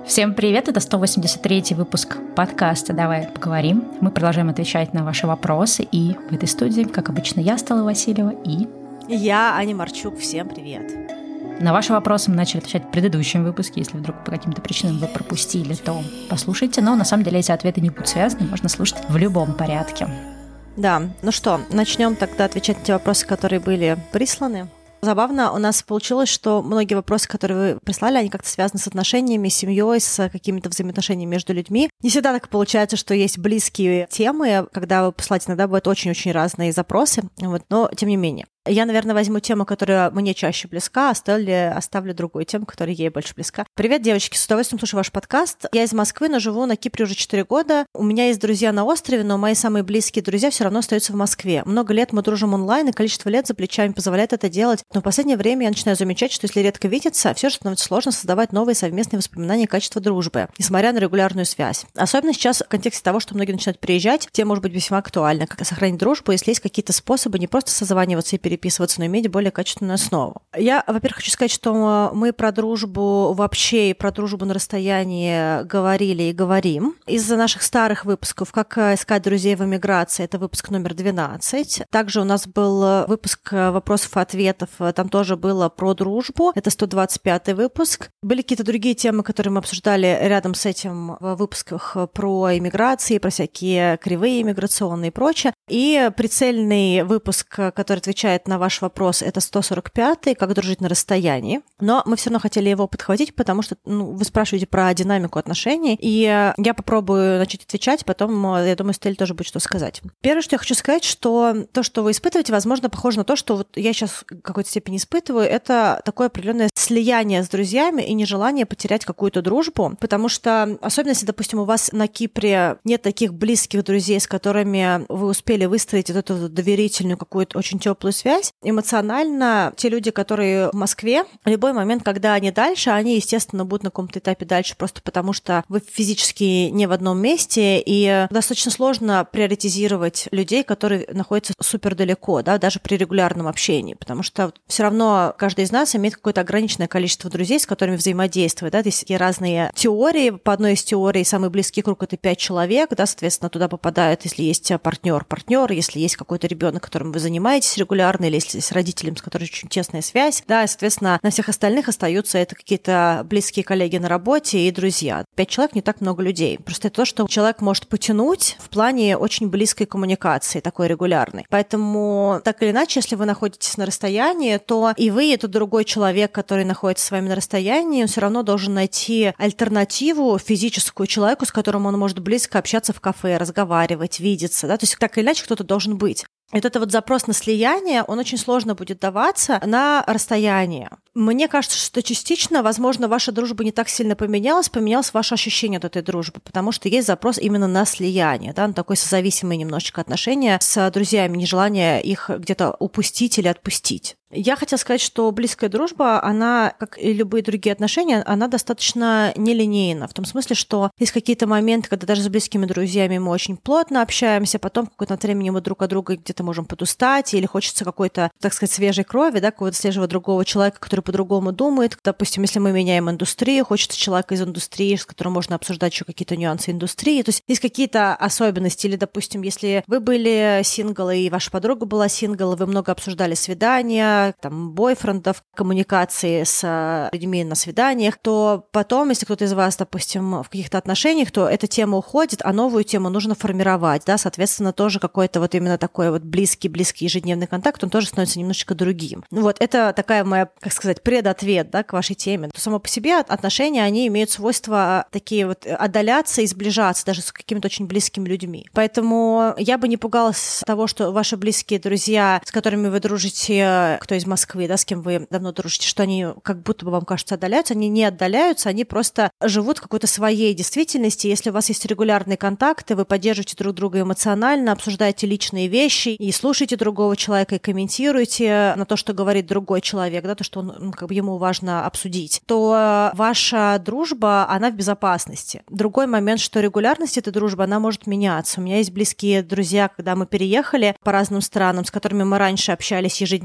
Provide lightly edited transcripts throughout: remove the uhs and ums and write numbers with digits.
Всем привет, это 183-й выпуск подкаста «Давай поговорим». Мы продолжаем отвечать на ваши вопросы, и в этой студии, как обычно, я, Стелла Васильева, и... Я, Аня Марчук. Всем привет. На ваши вопросы мы начали отвечать в предыдущем выпуске. Если вдруг по каким-то причинам вы пропустили, то послушайте. Но на самом деле эти ответы не будут связаны, можно слушать в любом порядке. Да, ну что, начнем тогда отвечать на те вопросы, которые были присланы. Забавно, у нас получилось, что многие вопросы, которые вы прислали, они как-то связаны с отношениями, с семьей, с какими-то взаимоотношениями между людьми. Не всегда так получается, что есть близкие темы, когда вы посылаете, иногда бывают очень-очень разные запросы, но тем не менее. Я, наверное, возьму тему, которая мне чаще близка, а оставлю другую тему, которая ей больше близка. Привет, девочки, с удовольствием слушаю ваш подкаст. Я из Москвы, но живу на Кипре уже 4 года. У меня есть друзья на острове, но мои самые близкие друзья все равно остаются в Москве. Много лет мы дружим онлайн, и количество лет за плечами позволяет это делать. Но в последнее время я начинаю замечать, что если редко видеться, все же становится сложно создавать новые совместные воспоминания и качества дружбы, несмотря на регулярную связь. Особенно сейчас в контексте того, что многие начинают приезжать, тема может быть весьма актуальна. Как сохранить дружбу, если есть какие-то способы не просто созваниваться и переписываться, но иметь более качественную основу. Я, во-первых, хочу сказать, что мы про дружбу вообще и про дружбу на расстоянии говорили и говорим. Из наших старых выпусков «Как искать друзей в эмиграции» — это выпуск номер 12. Также у нас был выпуск вопросов и ответов, там тоже было про дружбу. Это 125-й выпуск. Были какие-то другие темы, которые мы обсуждали рядом с этим в выпусках про эмиграции, про всякие кривые иммиграционные и прочее. И прицельный выпуск, который отвечает на ваш вопрос, это 145-й «Как дружить на расстоянии». Но мы все равно хотели его подхватить, потому что вы спрашиваете про динамику отношений, и я попробую начать отвечать, потом, я думаю, Стелле тоже будет что сказать. Первое, что я хочу сказать, что то, что вы испытываете, возможно, похоже на то, что вот я сейчас в какой-то степени испытываю, это такое определенное слияние с друзьями и нежелание потерять какую-то дружбу, потому что, особенно если, допустим, у вас на Кипре нет таких близких друзей, с которыми вы успели выстроить вот эту доверительную какую-то очень теплую связь, эмоционально те люди, которые в Москве, в любой момент, когда они дальше, они, естественно, будут на каком-то этапе дальше просто потому, что вы физически не в одном месте, и достаточно сложно приоритизировать людей, которые находятся супер далеко, да, даже при регулярном общении, потому что все равно каждый из нас имеет какое-то ограниченное количество друзей, с которыми взаимодействует, да, есть разные теории. По одной из теорий самый близкий круг — это 5 человек, да, соответственно, туда попадают, если есть партнер, если есть какой-то ребенок, которым вы занимаетесь регулярно, или если с родителем, с которым очень тесная связь, да, и, соответственно, на всех остальных остаются это какие-то близкие коллеги на работе и друзья. 5 человек — не так много людей. Просто это то, что человек может потянуть в плане очень близкой коммуникации, такой регулярной. Поэтому, так или иначе, если вы находитесь на расстоянии, то и вы, и тот другой человек, который находится с вами на расстоянии, он все равно должен найти альтернативу физическую человеку, с которым он может близко общаться в кафе, разговаривать, видеться, да, то есть так или иначе кто-то должен быть. И вот этот вот запрос на слияние, он очень сложно будет даваться на расстоянии. Мне кажется, что частично, возможно, ваша дружба не так сильно поменялось ваше ощущение от этой дружбы, потому что есть запрос именно на слияние, да, на такое созависимое немножечко отношение с друзьями, нежелание их где-то упустить или отпустить. Я хотела сказать, что близкая дружба, она, как и любые другие отношения, она достаточно нелинейна. В том смысле, что есть какие-то моменты, когда даже с близкими друзьями мы очень плотно общаемся, потом в какое-то время мы друг от друга где-то можем подустать, или хочется какой-то, так сказать, свежей крови, да, какого-то свежего другого человека, который по-другому думает. Допустим, если мы меняем индустрию, хочется человека из индустрии, с которым можно обсуждать еще какие-то нюансы индустрии. То есть есть какие-то особенности. Или, допустим, если вы были сингл, и ваша подруга была сингл, и вы много обсуждали свидания, там, бойфрендов, коммуникации с людьми на свиданиях, то потом, если кто-то из вас, допустим, в каких-то отношениях, то эта тема уходит, а новую тему нужно формировать, да, соответственно, тоже какой-то вот именно такой вот близкий ежедневный контакт, он тоже становится немножечко другим. Вот, это такая моя, как сказать, предответ, да, к вашей теме. То само по себе отношения, они имеют свойство такие вот отдаляться и сближаться даже с какими-то очень близкими людьми. Поэтому я бы не пугалась того, что ваши близкие друзья, с которыми вы дружите, кто из Москвы, да, с кем вы давно дружите, что они как будто бы вам кажется отдаляются, они не отдаляются, они просто живут в какой-то своей действительности. Если у вас есть регулярные контакты, вы поддерживаете друг друга эмоционально, обсуждаете личные вещи и слушаете другого человека и комментируете на то, что говорит другой человек, да, то, что он, как бы ему важно обсудить, то ваша дружба, она в безопасности. Другой момент, что регулярность этой дружбы, она может меняться. У меня есть близкие друзья, когда мы переехали по разным странам, с которыми мы раньше общались ежедневно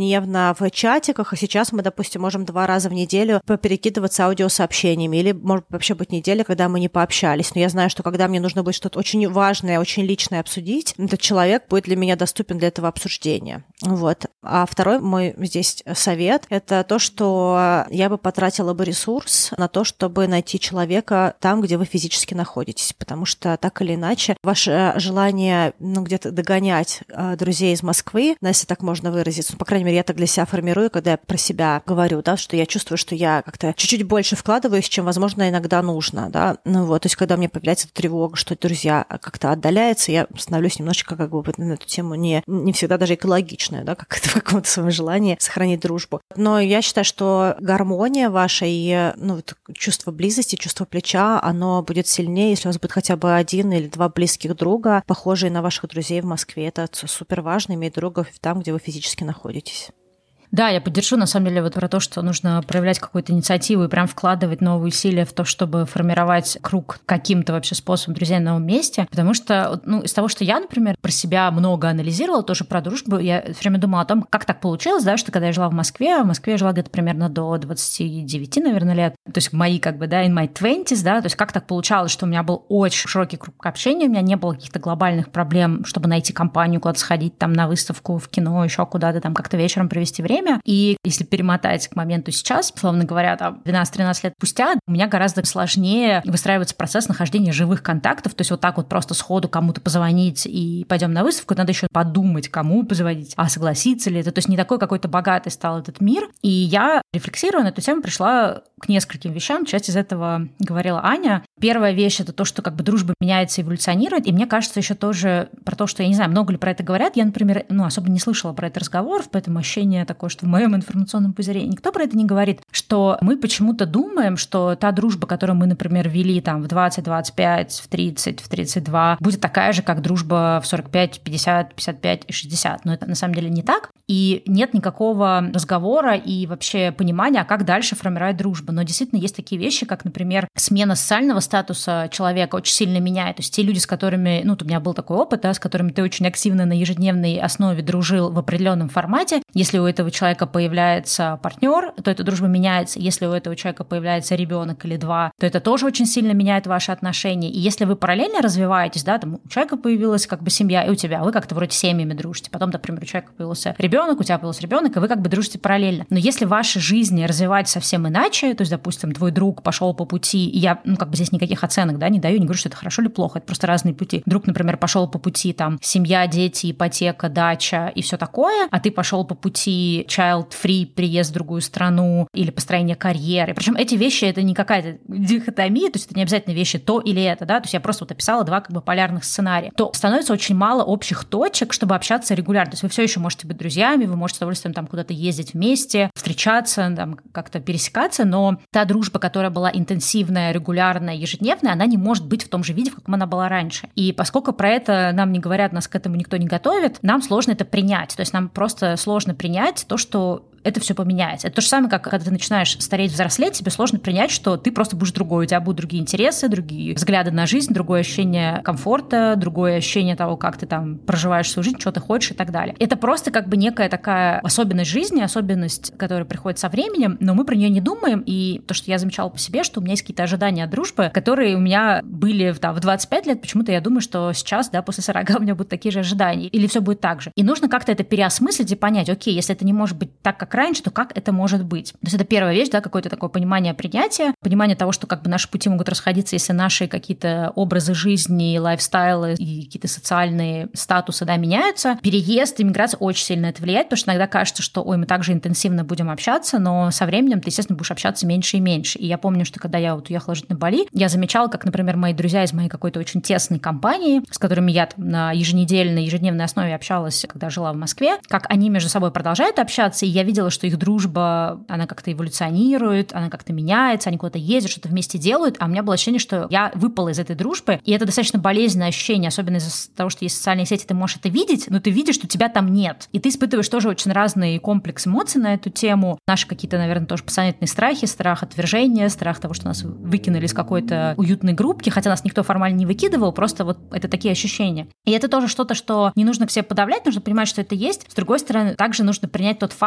была в чатиках, и сейчас мы, допустим, можем 2 раза в неделю перекидываться аудиосообщениями, или, может вообще быть, неделя, когда мы не пообщались. Но я знаю, что когда мне нужно будет что-то очень важное, очень личное обсудить, этот человек будет для меня доступен для этого обсуждения. Вот. А второй мой здесь совет — это то, что я бы потратила бы ресурс на то, чтобы найти человека там, где вы физически находитесь, потому что так или иначе ваше желание где-то догонять друзей из Москвы, если так можно выразиться, по крайней мере, я так для себя формирую, когда я про себя говорю, да, что я чувствую, что я как-то чуть-чуть больше вкладываюсь, чем, возможно, иногда нужно, да, то есть когда у меня появляется тревога, что друзья как-то отдаляются, я становлюсь немножечко как бы на эту тему не всегда даже экологичная, да, как это в каком-то своем желании сохранить дружбу. Но я считаю, что гармония ваша и чувство близости, чувство плеча, оно будет сильнее, если у вас будет хотя бы 1 или 2 близких друга, похожие на ваших друзей в Москве. Это супер важно, иметь друга там, где вы физически находитесь. Да, я поддержу, на самом деле, про то, что нужно проявлять какую-то инициативу и прям вкладывать новые усилия в то, чтобы формировать круг каким-то вообще способом друзей на новом месте. Потому что, из того, что я, например, про себя много анализировала, тоже про дружбу, я все время думала о том, как так получилось, да, что когда я жила в Москве я жила где-то примерно до 29, наверное, лет, то есть мои, in my 20s, да, то есть как так получалось, что у меня был очень широкий круг общения, у меня не было каких-то глобальных проблем, чтобы найти компанию, куда-то сходить, там, на выставку, в кино, еще куда-то там как-то вечером провести время. И если перемотать к моменту сейчас, условно говоря, там 12-13 лет спустя, у меня гораздо сложнее выстраивается процесс нахождения живых контактов. То есть вот так вот просто сходу кому-то позвонить и пойдем на выставку, надо еще подумать, кому позвонить, а согласится ли это. То есть не такой какой-то богатый стал этот мир. И я, рефлексируя на эту тему, пришла к нескольким вещам. Часть из этого говорила Аня. Первая вещь — это то, что как бы дружба меняется, эволюционирует. И мне кажется еще тоже про то, что, я не знаю, много ли про это говорят. Я, например, особо не слышала про это разговоров, поэтому ощущение такое, что в моем информационном пузыре никто про это не говорит, что мы почему-то думаем, что та дружба, которую мы, например, вели там в 20, 25, в 30, в 32, будет такая же, как дружба в 45, 50, 55 и 60. Но это на самом деле не так. И нет никакого разговора и вообще понимания, как дальше формировать дружбу. Но действительно есть такие вещи, как, например, смена социального статуса человека очень сильно меняет. То есть те люди, с которыми, у меня был такой опыт, да, с которыми ты очень активно на ежедневной основе дружил в определенном формате, если у этого человека появляется партнер, то эта дружба меняется. Если у этого человека появляется ребенок или 2, то это тоже очень сильно меняет ваши отношения. И если вы параллельно развиваетесь, да, там у человека появилась как бы семья, и у тебя, вы как-то вроде семьями дружите. Потом, например, у человека появился ребенок, у тебя появился ребенок, и вы как бы дружите параллельно. Но если ваши жизни развиваются совсем иначе, то есть, допустим, твой друг пошел по пути, и я, здесь никаких оценок, да, не даю, не говорю, что это хорошо или плохо, это просто разные пути. Друг, например, пошел по пути там семья, дети, ипотека, дача и все такое, а ты пошел по пути child-free, приезд в другую страну или построение карьеры. Причем эти вещи — это не какая-то дихотомия, то есть это не обязательно вещи то или это, да, то есть я просто описала 2 как бы полярных сценария. То становится очень мало общих точек, чтобы общаться регулярно. То есть вы все еще можете быть друзьями, вы можете с удовольствием там куда-то ездить вместе, встречаться, там как-то пересекаться, но та дружба, которая была интенсивная, регулярная, ежедневная, она не может быть в том же виде, в каком она была раньше. И поскольку про это нам не говорят, нас к этому никто не готовит, нам сложно это принять. То есть нам просто сложно принять то, что это все поменяется. Это то же самое, как когда ты начинаешь стареть, взрослеть, тебе сложно принять, что ты просто будешь другой, у тебя будут другие интересы, другие взгляды на жизнь, другое ощущение комфорта, другое ощущение того, как ты там проживаешь свою жизнь, что ты хочешь и так далее. Это просто как бы некая такая особенность жизни, особенность, которая приходит со временем, но мы про нее не думаем, и то, что я замечала по себе, что у меня есть какие-то ожидания от дружбы, которые у меня были в 25 лет, почему-то я думаю, что сейчас, да, после 40 у меня будут такие же ожидания, или все будет так же. И нужно как-то это переосмыслить и понять, окей, если это не может быть так, как раньше, то как это может быть? То есть это первая вещь, да, какое-то такое понимание принятия, понимание того, что как бы наши пути могут расходиться, если наши какие-то образы жизни, лайфстайлы и какие-то социальные статусы, да, меняются. Переезд, иммиграция очень сильно это влияет, потому что иногда кажется, что, мы так же интенсивно будем общаться, но со временем ты, естественно, будешь общаться меньше и меньше. И я помню, что когда я уехала жить на Бали, я замечала, как, например, мои друзья из моей какой-то очень тесной компании, с которыми я там на ежедневной основе общалась, когда жила в Москве, как они между собой продолжают общаться, и я видела, что их дружба, она как-то эволюционирует, она как-то меняется, они куда-то ездят, что-то вместе делают, а у меня было ощущение, что я выпала из этой дружбы, и это достаточно болезненное ощущение, особенно из-за того, что есть социальные сети, ты можешь это видеть, но ты видишь, что тебя там нет. И ты испытываешь тоже очень разный комплекс эмоций на эту тему. Наши какие-то, наверное, тоже постоянные страхи, страх отвержения, страх того, что нас выкинули из какой-то уютной группки, хотя нас никто формально не выкидывал, просто вот это такие ощущения. И это тоже что-то, что не нужно к себе подавлять, нужно понимать, что это есть. С другой стороны, также нужно принять тот факт, что ты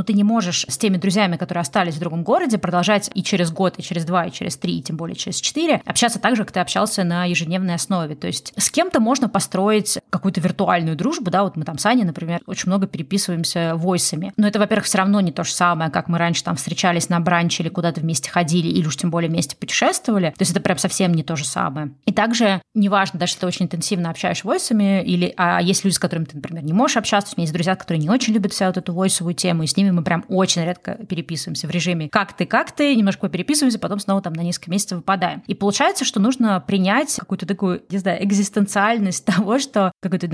ты не можешь с теми друзьями, которые остались в другом городе, продолжать и через год, и через 2, и через 3, и тем более через 4 общаться так же, как ты общался на ежедневной основе. То есть с кем-то можно построить какую-то виртуальную дружбу, да, вот мы там с Аней, например, очень много переписываемся войсами. Но это, во-первых, все равно не то же самое, как мы раньше там встречались на бранче или куда-то вместе ходили, или уж тем более вместе путешествовали. То есть это прям совсем не то же самое. И также неважно, даже если ты очень интенсивно общаешься войсами, а есть люди, с которыми ты, например, не можешь общаться, у меня есть друзья, которые не очень любят вся вот эту войсовую тему, и с ними мы прям очень редко переписываемся в режиме как ты, немножко переписываемся, потом снова там на несколько месяцев выпадаем. И получается, что нужно принять какую-то такую, не знаю, экзистенциальность того, что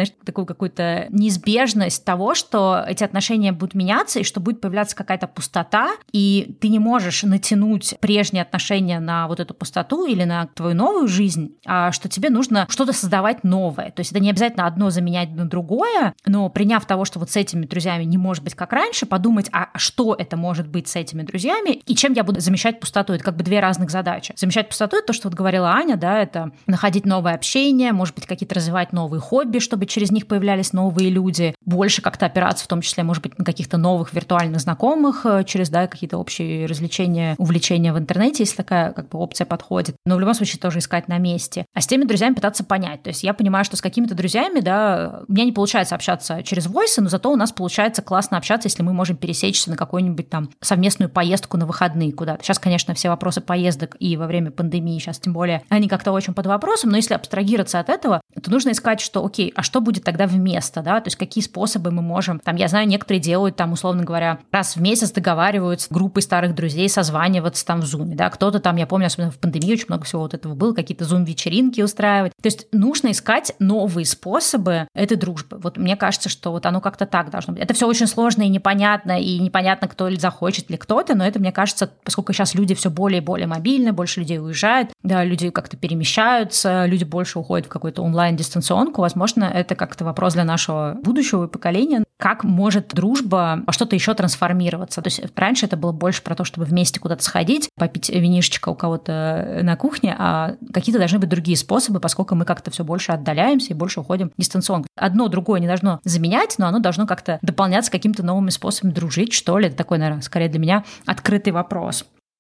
какую-то неизбежность того, что эти отношения будут меняться, и что будет появляться какая-то пустота, и ты не можешь натянуть прежние отношения на вот эту пустоту или на твою новую жизнь, а что тебе нужно что-то создавать новое. То есть это не обязательно одно заменять на другое, но приняв того, что вот с этими друзьями не может быть как раньше, подумать, а что это может быть с этими друзьями, и чем я буду замещать пустоту. Это как бы две разных задачи. Замещать пустоту — это то, что вот говорила Аня, да, это находить новое общение, может быть, какие-то развивать новые хобби, чтобы через них появлялись новые люди, больше как-то опираться, в том числе, может быть, на каких-то новых виртуальных знакомых, через, да, какие-то общие развлечения, увлечения в интернете, если такая как бы опция подходит. Но в любом случае тоже искать на месте. А с теми друзьями пытаться понять. То есть я понимаю, что с какими-то друзьями, да, у меня не получается общаться через войсы, но зато у нас получается классно общаться, если мы можем пересечься на какую-нибудь там совместную поездку на выходные куда-то. Сейчас, конечно, все вопросы поездок и во время пандемии сейчас тем более, они как-то очень под вопросом, но если абстрагироваться от этого, то нужно искать, что окей, а что будет тогда вместо, да, то есть какие способы мы можем, там, я знаю, некоторые делают там, условно говоря, раз в месяц договариваются группой старых друзей созваниваться там в Zoom, да, кто-то там, я помню, особенно в пандемии очень много всего вот этого было, какие-то Zoom-вечеринки устраивать, то есть нужно искать новые способы этой дружбы. Вот мне кажется, что вот оно как-то так должно быть. Это все очень сложно и непонятно, кто ли захочет ли кто-то, но это, мне кажется, поскольку сейчас люди все более и более мобильны, больше людей уезжают, да, люди как-то перемещаются, люди больше уходят в какую-то онлайн-дистанционку, возможно, это как-то вопрос для нашего будущего поколения, как может дружба во что-то еще трансформироваться. То есть раньше это было больше про то, чтобы вместе куда-то сходить, попить винишечко у кого-то на кухне, а какие-то должны быть другие способы, поскольку мы как-то все больше отдаляемся и больше уходим дистанционно. Одно другое не должно заменять, но оно должно как-то дополняться какими-то новыми способами дружить, что ли. Это такой, наверное, скорее для меня открытый вопрос.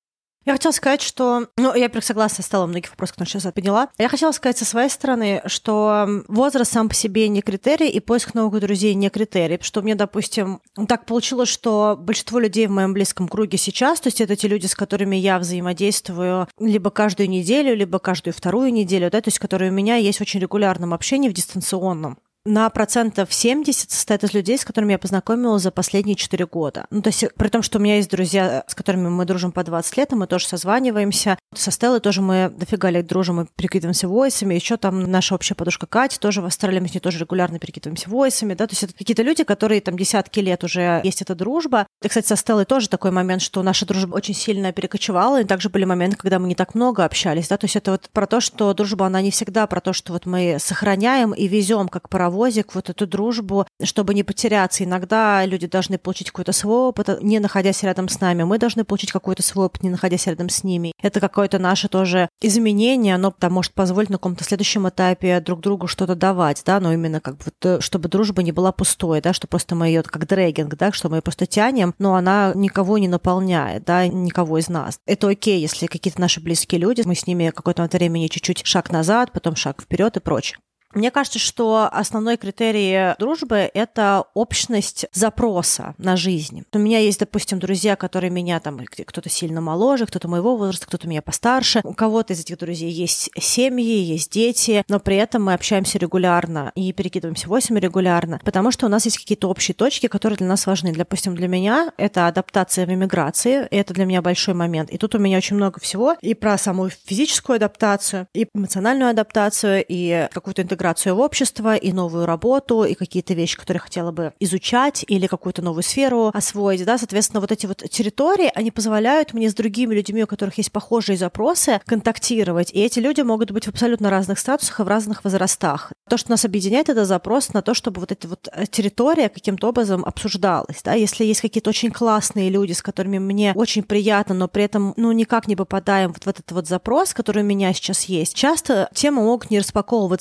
Я хотела сказать, что... я прям согласна с Стеллой, многих вопросов, которые сейчас подняла. Я хотела сказать со своей стороны, что возраст сам по себе не критерий, и поиск новых друзей не критерий. Потому что мне, допустим, так получилось, что большинство людей в моем близком круге сейчас, то есть это те люди, с которыми я взаимодействую либо каждую неделю, либо каждую вторую неделю, да, то есть которые у меня есть в очень регулярном общении в дистанционном. На 70% состоит из людей, с которыми я познакомилась за последние 4 года. То есть при том, что у меня есть друзья, с которыми мы дружим по 20 лет, и мы тоже созваниваемся. Со Стеллой тоже мы дофига лет дружим, мы перекидываемся войсами. Еще там наша общая подружка Катя тоже в Австралии, мы с ней тоже регулярно перекидываемся войсами. Да? То есть это какие-то люди, которые там десятки лет уже есть эта дружба. И, кстати, со Стеллой тоже такой момент, что наша дружба очень сильно перекочевала, и также были моменты, когда мы не так много общались. Да? То есть это вот про то, что дружба, она не всегда про то, что вот мы сохраняем и везем как паровозик вот эту дружбу, чтобы не потеряться. Иногда люди должны получить какой-то свой опыт, не находясь рядом с нами. Мы должны получить какой-то свой опыт, не находясь рядом с ними. Это какое-то наше тоже изменение, оно там может позволить на каком-то следующем этапе друг другу что-то давать, да, но именно как бы, чтобы дружба не была пустой, да, что просто мы ее как дрэгинг, да, что мы ее просто тянем, но она никого не наполняет, да, никого из нас. Это окей, если какие-то наши близкие люди, мы с ними какое-то времени чуть-чуть шаг назад, потом шаг вперед и прочее. Мне кажется, что основной критерий дружбы — это общность запроса на жизнь. У меня есть, допустим, друзья, которые меня там, кто-то сильно моложе, кто-то моего возраста, кто-то меня постарше. У кого-то из этих друзей есть семьи, есть дети, но при этом мы общаемся регулярно и перекидываемся войсами регулярно, потому что у нас есть какие-то общие точки, которые для нас важны. Допустим, для меня это адаптация в эмиграции, и это для меня большой момент. И тут у меня очень много всего и про саму физическую адаптацию, и эмоциональную адаптацию, и какую-то интеграцию в общество, и новую работу, и какие-то вещи, которые хотела бы изучать, или какую-то новую сферу освоить, да, соответственно, вот эти вот территории, они позволяют мне с другими людьми, у которых есть похожие запросы, контактировать, и эти люди могут быть в абсолютно разных статусах и в разных возрастах. То, что нас объединяет, это запрос на то, чтобы вот эта вот территория каким-то образом обсуждалась, да, если есть какие-то очень классные люди, с которыми мне очень приятно, но при этом, никак не попадаем вот в этот вот запрос, который у меня сейчас есть, часто темы могут не распаковываться так же хорошо,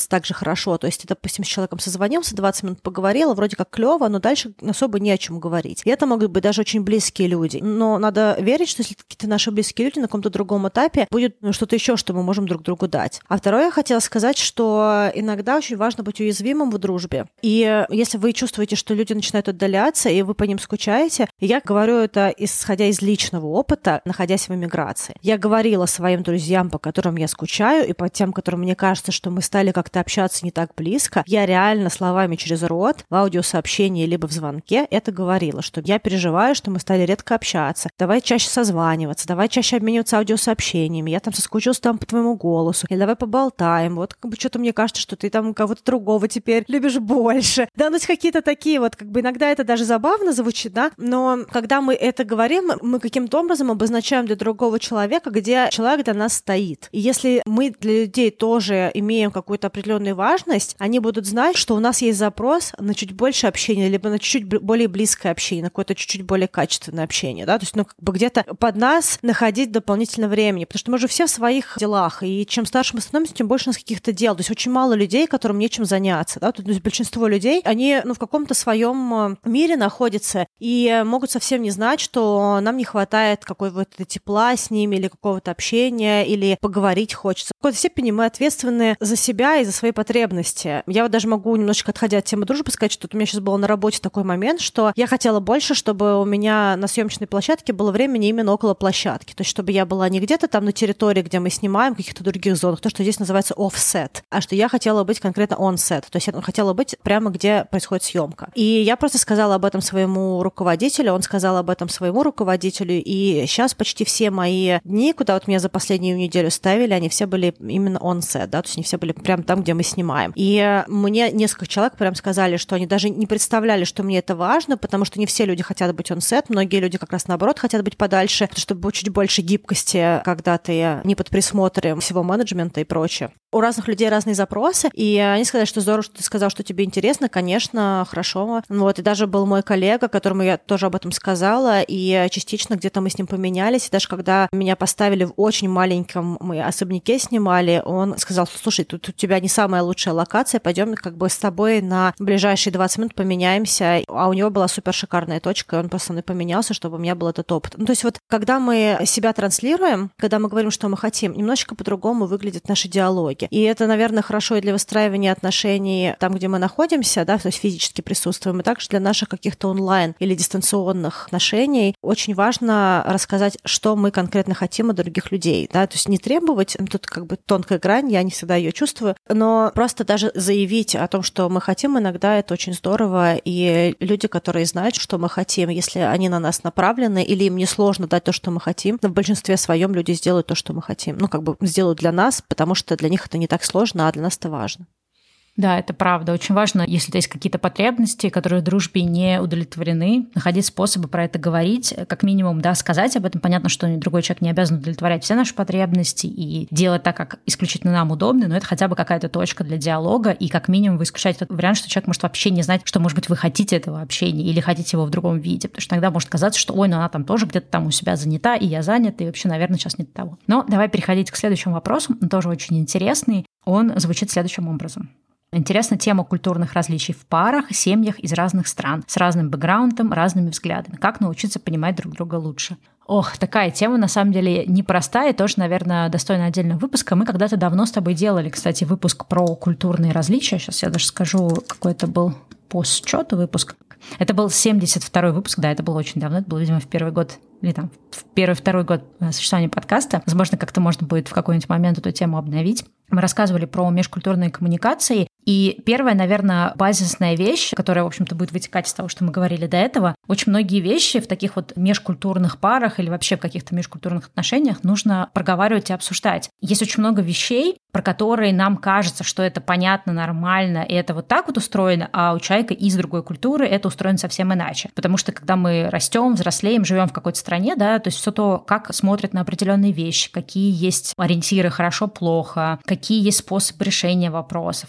хорошо. То есть ты, допустим, с человеком созвонился, 20 минут поговорила, вроде как клево, но дальше особо не о чем говорить. И это могут быть даже очень близкие люди. Но надо верить, что если какие-то наши близкие люди на каком-то другом этапе, будет что-то еще, что мы можем друг другу дать. А второе, я хотела сказать, что иногда очень важно быть уязвимым в дружбе. И если вы чувствуете, что люди начинают отдаляться, и вы по ним скучаете, я говорю это исходя из личного опыта, находясь в эмиграции. Я говорила своим друзьям, по которым я скучаю, и по тем, которым мне кажется, что мы стали как-то общаться не так близко, я реально словами через рот в аудиосообщении либо в звонке это говорила, что я переживаю, что мы стали редко общаться, давай чаще созваниваться, давай чаще обмениваться аудиосообщениями, я там соскучился там по твоему голосу, или давай поболтаем, вот как бы что-то мне кажется, что ты там кого-то другого теперь любишь больше. Да, ну какие-то такие вот, как бы иногда это даже забавно звучит, да, но когда мы это говорим, мы каким-то образом обозначаем для другого человека, где человек для нас стоит. И если мы для людей тоже имеем какую-то определенную важность, они будут знать, что у нас есть запрос на чуть больше общения, либо на чуть-чуть более близкое общение, на какое-то чуть-чуть более качественное общение, да, то есть, ну, как бы где-то под нас находить дополнительно времени, потому что мы же все в своих делах, и чем старше мы становимся, тем больше у нас каких-то дел, то есть очень мало людей, которым нечем заняться, да, то есть большинство людей, они, ну, в каком-то своем мире находятся и могут совсем не знать, что нам не хватает какого-то тепла с ними или какого-то общения, или поговорить хочется. В какой-то степени мы ответственны за себя и за свои потребности. Я вот даже могу, немножечко отходя от темы дружбы, сказать, что у меня сейчас был на работе такой момент, что я хотела больше, чтобы у меня на съемочной площадке было времени именно около площадки. То есть чтобы я была не где-то там на территории, где мы снимаем, в каких-то других зонах, то, что здесь называется off-set, а что я хотела быть конкретно on-set. То есть я хотела быть прямо, где происходит съемка. И я просто сказала об этом своему руководителю, он сказал об этом своему руководителю, и сейчас почти все мои дни, куда вот меня за последнюю неделю ставили, они все были именно on-set, да, то есть они все были прямо там, где мы снимаем. И мне несколько человек прям сказали, что они даже не представляли, что мне это важно, потому что не все люди хотят быть on-set, многие люди как раз наоборот хотят быть подальше, чтобы было чуть больше гибкости, когда ты не под присмотром всего менеджмента и прочее. У разных людей разные запросы, и они сказали, что здорово, что ты сказал, что тебе интересно, конечно, хорошо. Вот, и даже был мой коллега, которому я тоже об этом сказала, и частично где-то мы с ним поменялись, и даже когда меня поставили в очень маленьком, мы особняке снимали, он сказал, слушай, тут у тебя не самая лучшая локация, пойдем как бы с тобой на ближайшие 20 минут поменяемся, а у него была супер шикарная точка, и он просто со мной поменялся, чтобы у меня был этот опыт. Ну, то есть вот, когда мы себя транслируем, когда мы говорим, что мы хотим, немножечко по-другому выглядят наши диалоги. И это, наверное, хорошо и для выстраивания отношений там, где мы находимся, да, то есть физически присутствуем, и также для наших каких-то онлайн или дистанционных отношений очень важно рассказать, что мы конкретно хотим от других людей, да, то есть не требовать, тут как бы тонкая грань, я не всегда ее чувствую, но просто даже заявить о том, что мы хотим, иногда это очень здорово, и люди, которые знают, что мы хотим, если они на нас направлены или им не сложно дать то, что мы хотим, но в большинстве своем люди сделают то, что мы хотим, ну, как бы сделают для нас, потому что для них это не так сложно, а для нас это важно. Да, это правда. Очень важно, если есть какие-то потребности, которые в дружбе не удовлетворены, находить способы про это говорить, как минимум, да, сказать об этом. Понятно, что другой человек не обязан удовлетворять все наши потребности и делать так, как исключительно нам удобно, но это хотя бы какая-то точка для диалога, и как минимум вы исключаете тот вариант, что человек может вообще не знать, что, может быть, вы хотите этого общения или хотите его в другом виде, потому что иногда может казаться, что, ой, ну она там тоже где-то там у себя занята, и я занята, и вообще, наверное, сейчас не до того. Но давай переходить к следующему вопросу, он тоже очень интересный. Он звучит следующим образом. Интересна тема культурных различий в парах, семьях из разных стран, с разным бэкграундом, разными взглядами. Как научиться понимать друг друга лучше? Ох, такая тема, на самом деле, непростая, тоже, наверное, достойна отдельного выпуска. Мы когда-то давно с тобой делали, кстати, выпуск про культурные различия. Сейчас я даже скажу, какой это был по счету выпуск. Это был 72-й выпуск, да, это было очень давно, это было, видимо, в первый год или там в первый-второй год существования подкаста. Возможно, как-то можно будет в какой-нибудь момент эту тему обновить. Мы рассказывали про межкультурные коммуникации, и первая, наверное, базисная вещь, которая, в общем-то, будет вытекать из того, что мы говорили до этого, очень многие вещи в таких вот межкультурных парах или вообще в каких-то межкультурных отношениях нужно проговаривать и обсуждать. Есть очень много вещей, про которые нам кажется, что это понятно, нормально, и это вот так вот устроено, а у человека из другой культуры это устроено совсем иначе. Потому что когда мы растем, взрослеем, живем в какой-то стране, да, то есть все то, как смотрят на определенные вещи, какие есть ориентиры хорошо-плохо, какие есть способы решения вопросов, они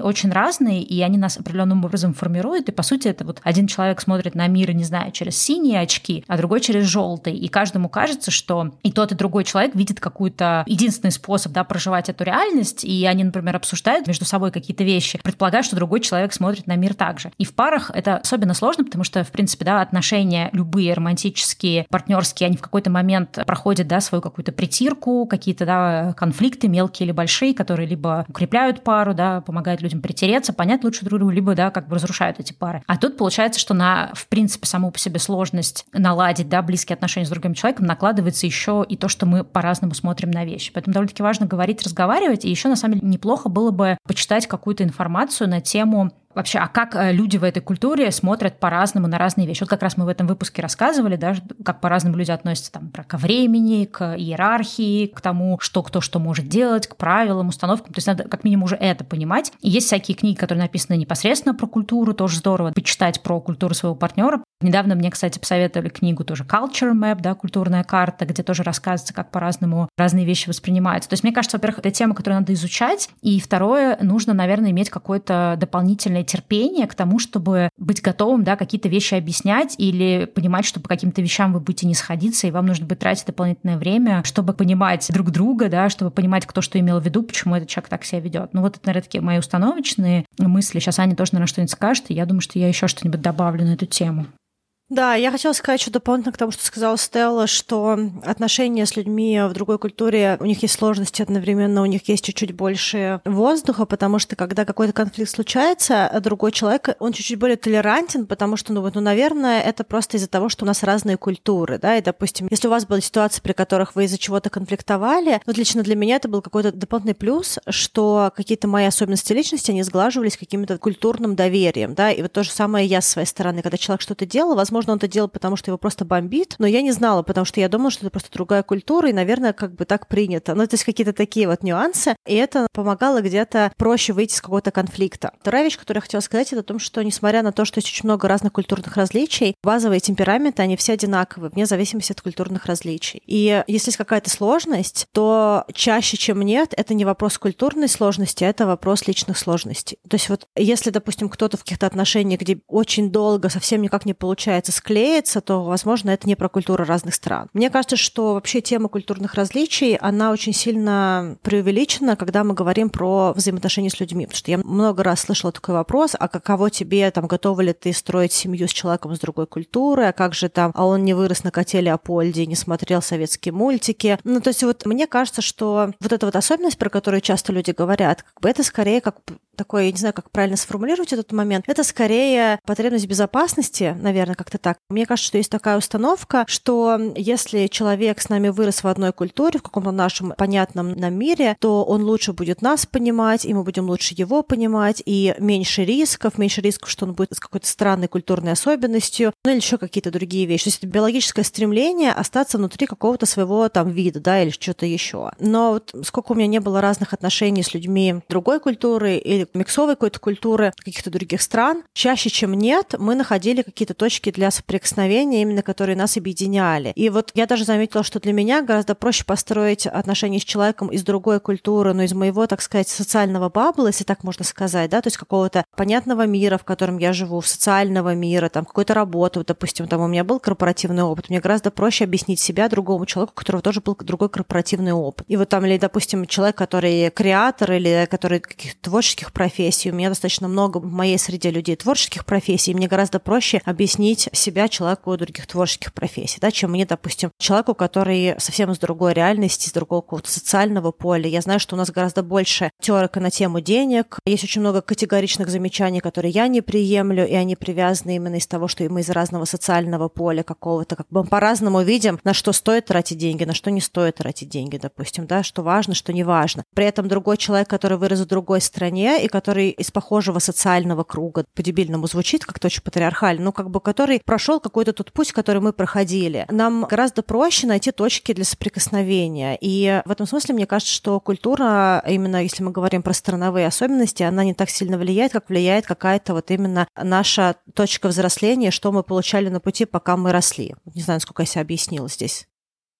очень разные, и они нас определенным образом формируют, и, по сути, это вот один человек смотрит на мир, не знаю, через синие очки, а другой через желтый, и каждому кажется, что и тот, и другой человек видит какой-то единственный способ, да, проживать эту реальность, и они, например, обсуждают между собой какие-то вещи, предполагая, что другой человек смотрит на мир так же. И в парах это особенно сложно, потому что, в принципе, да, отношения любые романтические, партнерские, они в какой-то момент проходят, да, свою какую-то притирку, какие-то, да, конфликты мелкие или большие, которые либо укрепляют пару, да, помогают людям притереться, понять лучше друг друга, либо, да, как бы разрушают эти пары. А тут получается, что на, в принципе, саму по себе сложность наладить, да, близкие отношения с другим человеком накладывается еще и то, что мы по-разному смотрим на вещи. Поэтому довольно-таки важно говорить, разговаривать, и еще, на самом деле, неплохо было бы почитать какую-то информацию на тему вообще, а как люди в этой культуре смотрят по-разному на разные вещи. Вот как раз мы в этом выпуске рассказывали, да, как по-разному люди относятся там, ко времени, к иерархии, к тому, что кто что может делать, к правилам, установкам. То есть надо как минимум уже это понимать. И есть всякие книги, которые написаны непосредственно про культуру, тоже здорово почитать про культуру своего партнера. Недавно мне, кстати, посоветовали книгу тоже Culture Map, да, культурная карта, где тоже рассказывается, как по-разному разные вещи воспринимаются. То есть мне кажется, во-первых, это тема, которую надо изучать, и второе, нужно, наверное, иметь какое-то дополнительное терпение к тому, чтобы быть готовым, да, какие-то вещи объяснять или понимать, что по каким-то вещам вы будете не сходиться, и вам нужно будет тратить дополнительное время, чтобы понимать друг друга, да, чтобы понимать, кто что имел в виду, почему этот человек так себя ведет. Ну вот это, наверное, такие мои установочные мысли. Сейчас Аня тоже, наверное, что-нибудь скажет, и я думаю, что я еще что-нибудь добавлю на эту тему. Да, я хотела сказать еще дополнительно к тому, что сказала Стелла, что отношения с людьми в другой культуре, у них есть сложности одновременно, у них есть чуть-чуть больше воздуха, потому что когда какой-то конфликт случается, другой человек, он чуть-чуть более толерантен, потому что, наверное, это просто из-за того, что у нас разные культуры, да, и, допустим, если у вас были ситуации, при которых вы из-за чего-то конфликтовали, вот лично для меня это был какой-то дополнительный плюс, что какие-то мои особенности личности, они сглаживались каким-то культурным доверием, да, и вот то же самое я с своей стороны, когда человек что-то делал, возможно, он это делал, потому что его просто бомбит, но я не знала, потому что я думала, что это просто другая культура, и, наверное, как бы так принято. Ну, то есть какие-то такие вот нюансы, и это помогало где-то проще выйти из какого-то конфликта. Вторая вещь, которую я хотела сказать, это о том, что, несмотря на то, что есть очень много разных культурных различий, базовые темпераменты, они все одинаковые, вне зависимости от культурных различий. И если есть какая-то сложность, то чаще, чем нет, это не вопрос культурной сложности, это вопрос личных сложностей. То есть вот если, допустим, кто-то в каких-то отношениях, где очень долго совсем никак не получается склеиться, то, возможно, это не про культуру разных стран. Мне кажется, что вообще тема культурных различий, она очень сильно преувеличена, когда мы говорим про взаимоотношения с людьми. Потому что я много раз слышала такой вопрос, а каково тебе, там, готова ли ты строить семью с человеком с другой культуры, а как же там, а он не вырос на коте Леопольде, не смотрел советские мультики. Ну, то есть вот мне кажется, что вот эта вот особенность, про которую часто люди говорят, как бы это скорее как такой, я не знаю, как правильно сформулировать этот момент, это скорее потребность безопасности, наверное, как-то так. Мне кажется, что есть такая установка, что если человек с нами вырос в одной культуре, в каком-то нашем понятном нам мире, то он лучше будет нас понимать, и мы будем лучше его понимать, и меньше рисков, что он будет с какой-то странной культурной особенностью, ну или еще какие-то другие вещи. То есть это биологическое стремление остаться внутри какого-то своего там вида, да, или что-то еще. Но вот сколько у меня не было разных отношений с людьми другой культуры или миксовой какой-то культуры каких-то других стран, чаще, чем нет, мы находили какие-то точки для соприкосновения, именно которые нас объединяли. И вот я даже заметила, что для меня гораздо проще построить отношения с человеком из другой культуры, но из моего, так сказать, социального бабла, если так можно сказать, да, то есть какого-то понятного мира, в котором я живу, социального мира, там, какой-то работы, вот, допустим, там у меня был корпоративный опыт, мне гораздо проще объяснить себя другому человеку, у которого тоже был другой корпоративный опыт. И вот там, или, допустим, человек, который креатор, или который каких-то творческих профессий, у меня достаточно много в моей среде людей творческих профессий, и мне гораздо проще объяснить себя человеку других творческих профессий, да, чем мне, допустим, человеку, который совсем из другой реальности, из другого какого-то социального поля. Я знаю, что у нас гораздо больше теорика на тему денег. Есть очень много категоричных замечаний, которые я не приемлю, и они привязаны именно из того, что мы из разного социального поля какого-то, как бы мы по-разному видим, на что стоит тратить деньги, на что не стоит тратить деньги, допустим, да, что важно, что не важно. При этом другой человек, который вырос в другой стране и который из похожего социального круга, по-дебильному звучит, как-то очень патриархально, но как бы который прошел какой-то тот путь, который мы проходили. Нам гораздо проще найти точки для соприкосновения. И в этом смысле мне кажется, что культура, именно если мы говорим про страновые особенности, она не так сильно влияет, как влияет какая-то вот именно наша точка взросления, что мы получали на пути, пока мы росли. Не знаю, насколько я себя объяснила здесь.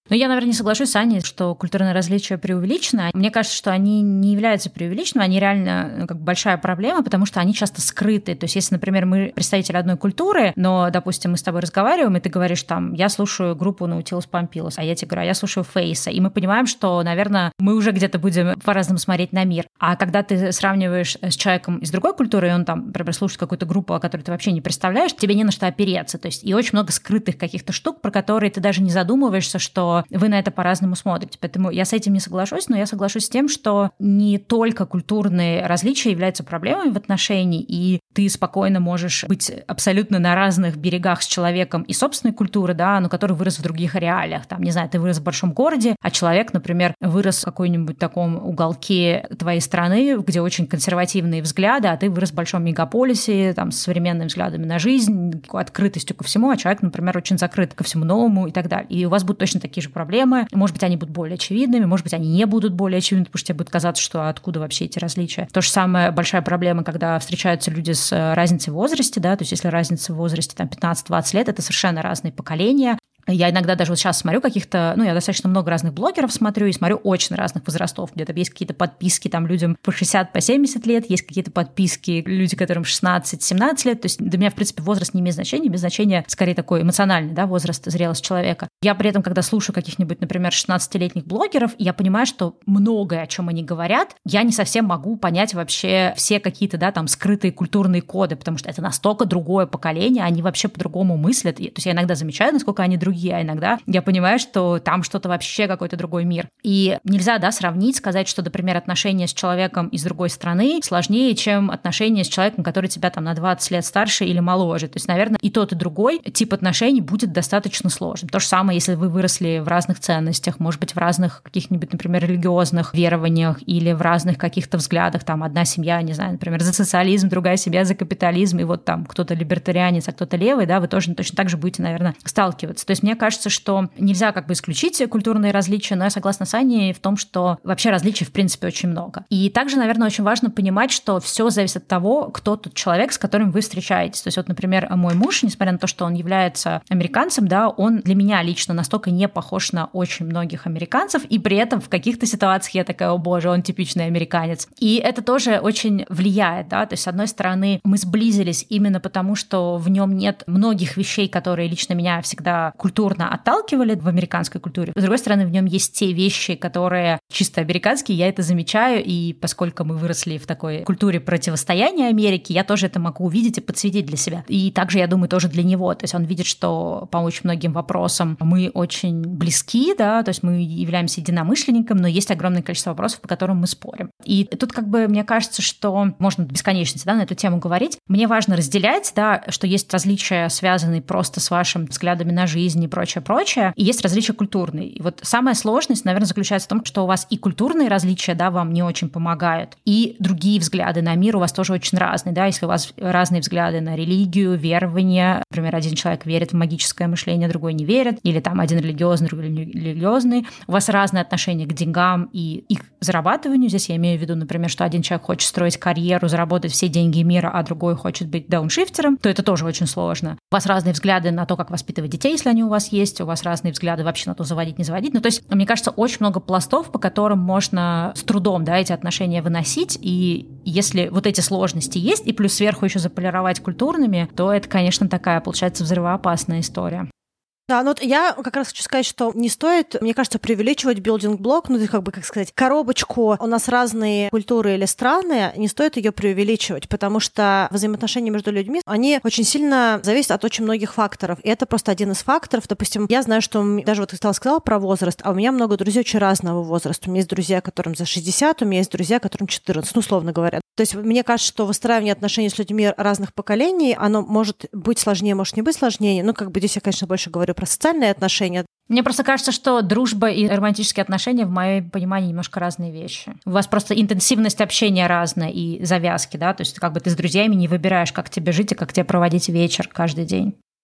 Но я, наверное, не соглашусь с Аней, что культурные различия преувеличены. Мне кажется, что они не являются преувеличенными, они реально как большая проблема, потому что они часто скрыты. То есть если, например, мы представители одной культуры, но, допустим, мы с тобой разговариваем, и ты говоришь там, я слушаю группу Nautilus Pompilus, а я тебе говорю, я слушаю Фейса, и мы понимаем, что, наверное, мы уже где-то будем по-разному смотреть на мир. А когда ты сравниваешь с человеком из другой культуры, и он там, например, слушает какую-то группу, о которой ты вообще не представляешь, тебе не на что опереться. То есть и очень много скрытых каких-то штук, про которые ты даже не задумываешься, что вы на это по-разному смотрите. Поэтому я с этим не соглашусь, но я соглашусь с тем, что не только культурные различия являются проблемой в отношении, и ты спокойно можешь быть абсолютно на разных берегах с человеком и собственной культуры, да, но который вырос в других реалиях. Там, не знаю, ты вырос в большом городе, а человек, например, вырос в какой-нибудь таком уголке твоей страны, где очень консервативные взгляды, а ты вырос в большом мегаполисе, там, с современными взглядами на жизнь, открытостью ко всему, а человек, например, очень закрыт ко всему новому и так далее. И у вас будут точно такие же проблемы. Может быть, они будут более очевидными, может быть, они не будут более очевидными, потому что тебе будет казаться, что откуда вообще эти различия. То же самое большая проблема, когда встречаются люди с разницей в возрасте, да, то есть если разница в возрасте там 15-20 лет, это совершенно разные поколения. Я иногда даже вот сейчас смотрю каких-то, я достаточно много разных блогеров смотрю и смотрю очень разных возрастов. Где-то есть какие-то подписки там людям по 60, по 70 лет, есть какие-то подписки люди, которым 16-17 лет. То есть для меня, в принципе, возраст не имеет значения, имеет значение скорее такой эмоциональный, да, возраст, зрелость человека. Я при этом, когда слушаю каких-нибудь, например, 16-летних блогеров, я понимаю, что многое, о чем они говорят, я не совсем могу понять вообще все какие-то, да, там, скрытые культурные коды, потому что это настолько другое поколение, они вообще по-другому мыслят. То есть я иногда замечаю, насколько они другие, а иногда я понимаю, что там что-то вообще какой-то другой мир. И нельзя, да, сравнить, сказать, что, например, отношения с человеком из другой страны сложнее, чем отношения с человеком, который тебя там на 20 лет старше или моложе. То есть, наверное, и тот, и другой тип отношений будет достаточно сложным. То же самое, если вы выросли в разных ценностях, может быть, в разных каких-нибудь, например, религиозных верованиях или в разных каких-то взглядах. Там одна семья, не знаю, например, за социализм, другая семья за капитализм, и вот там кто-то либертарианец, а кто-то левый, да, вы тоже точно так же будете, наверное, сталкиваться. То есть мне кажется, что нельзя как бы исключить культурные различия, но я согласна с Аней в том, что вообще различий в принципе очень много. И также, наверное, очень важно понимать, что все зависит от того, кто тот человек, с которым вы встречаетесь. То есть вот, например, мой муж, несмотря на то, что он является американцем, да, он для меня лично настолько не похож на очень многих американцев, и при этом в каких-то ситуациях я такая, о боже, он типичный американец. И это тоже очень влияет, да, то есть с одной стороны мы сблизились именно потому, что в нем нет многих вещей, которые лично меня всегда культурно отталкивали в американской культуре. С другой стороны, в нем есть те вещи, которые чисто американские, я это замечаю, и поскольку мы выросли в такой культуре противостояния Америки, я тоже это могу увидеть и подсветить для себя. И также, я думаю, тоже для него. То есть он видит, что по очень многим вопросам мы очень близки, да, то есть мы являемся единомышленниками, но есть огромное количество вопросов, по которым мы спорим. И тут как бы мне кажется, что можно до бесконечности, да, на эту тему говорить. Мне важно разделять, да, что есть различия, связанные просто с вашими взглядами на жизнь и прочее, и есть различия культурные. И вот самая сложность, наверное, заключается в том, что у вас и культурные различия, да, вам не очень помогают, и другие взгляды на мир у вас тоже очень разные, да, если у вас разные взгляды на религию, верование, например, один человек верит в магическое мышление, другой не верит, или там один религиозный, другой религиозный, у вас разные отношения к деньгам и их зарабатыванию. Здесь я имею в виду, например, что один человек хочет строить карьеру, заработать все деньги мира, а другой хочет быть дауншифтером, то это тоже очень сложно. У вас разные взгляды на то, как воспитывать детей, если они у вас есть, у вас разные взгляды вообще на то, заводить, не заводить. Ну, то есть, мне кажется, очень много пластов, по которым можно с трудом, да, эти отношения выносить, и если вот эти сложности есть, и плюс сверху еще заполировать культурными, то это, конечно, такая, получается, взрывоопасная история. Да, ну вот я как раз хочу сказать, что не стоит, мне кажется, преувеличивать билдинг-блок, ну, как сказать, коробочку, у нас разные культуры или страны, не стоит ее преувеличивать, потому что взаимоотношения между людьми, они очень сильно зависят от очень многих факторов, и это просто один из факторов. Допустим, я знаю, что даже вот ты сказала про возраст, а у меня много друзей очень разного возраста. У меня есть друзья, которым за 60, у меня есть друзья, которым 14, ну, условно говоря. То есть мне кажется, что выстраивание отношений с людьми разных поколений, оно может быть сложнее, может не быть сложнее. Ну, как бы здесь я, конечно, больше говорю про социальные отношения. Мне просто кажется, что дружба и романтические отношения, в моем понимании, немножко разные вещи. У вас просто интенсивность общения разная и завязки, да, то есть как бы ты с друзьями не выбираешь, как тебе жить и как тебе проводить вечер каждый день.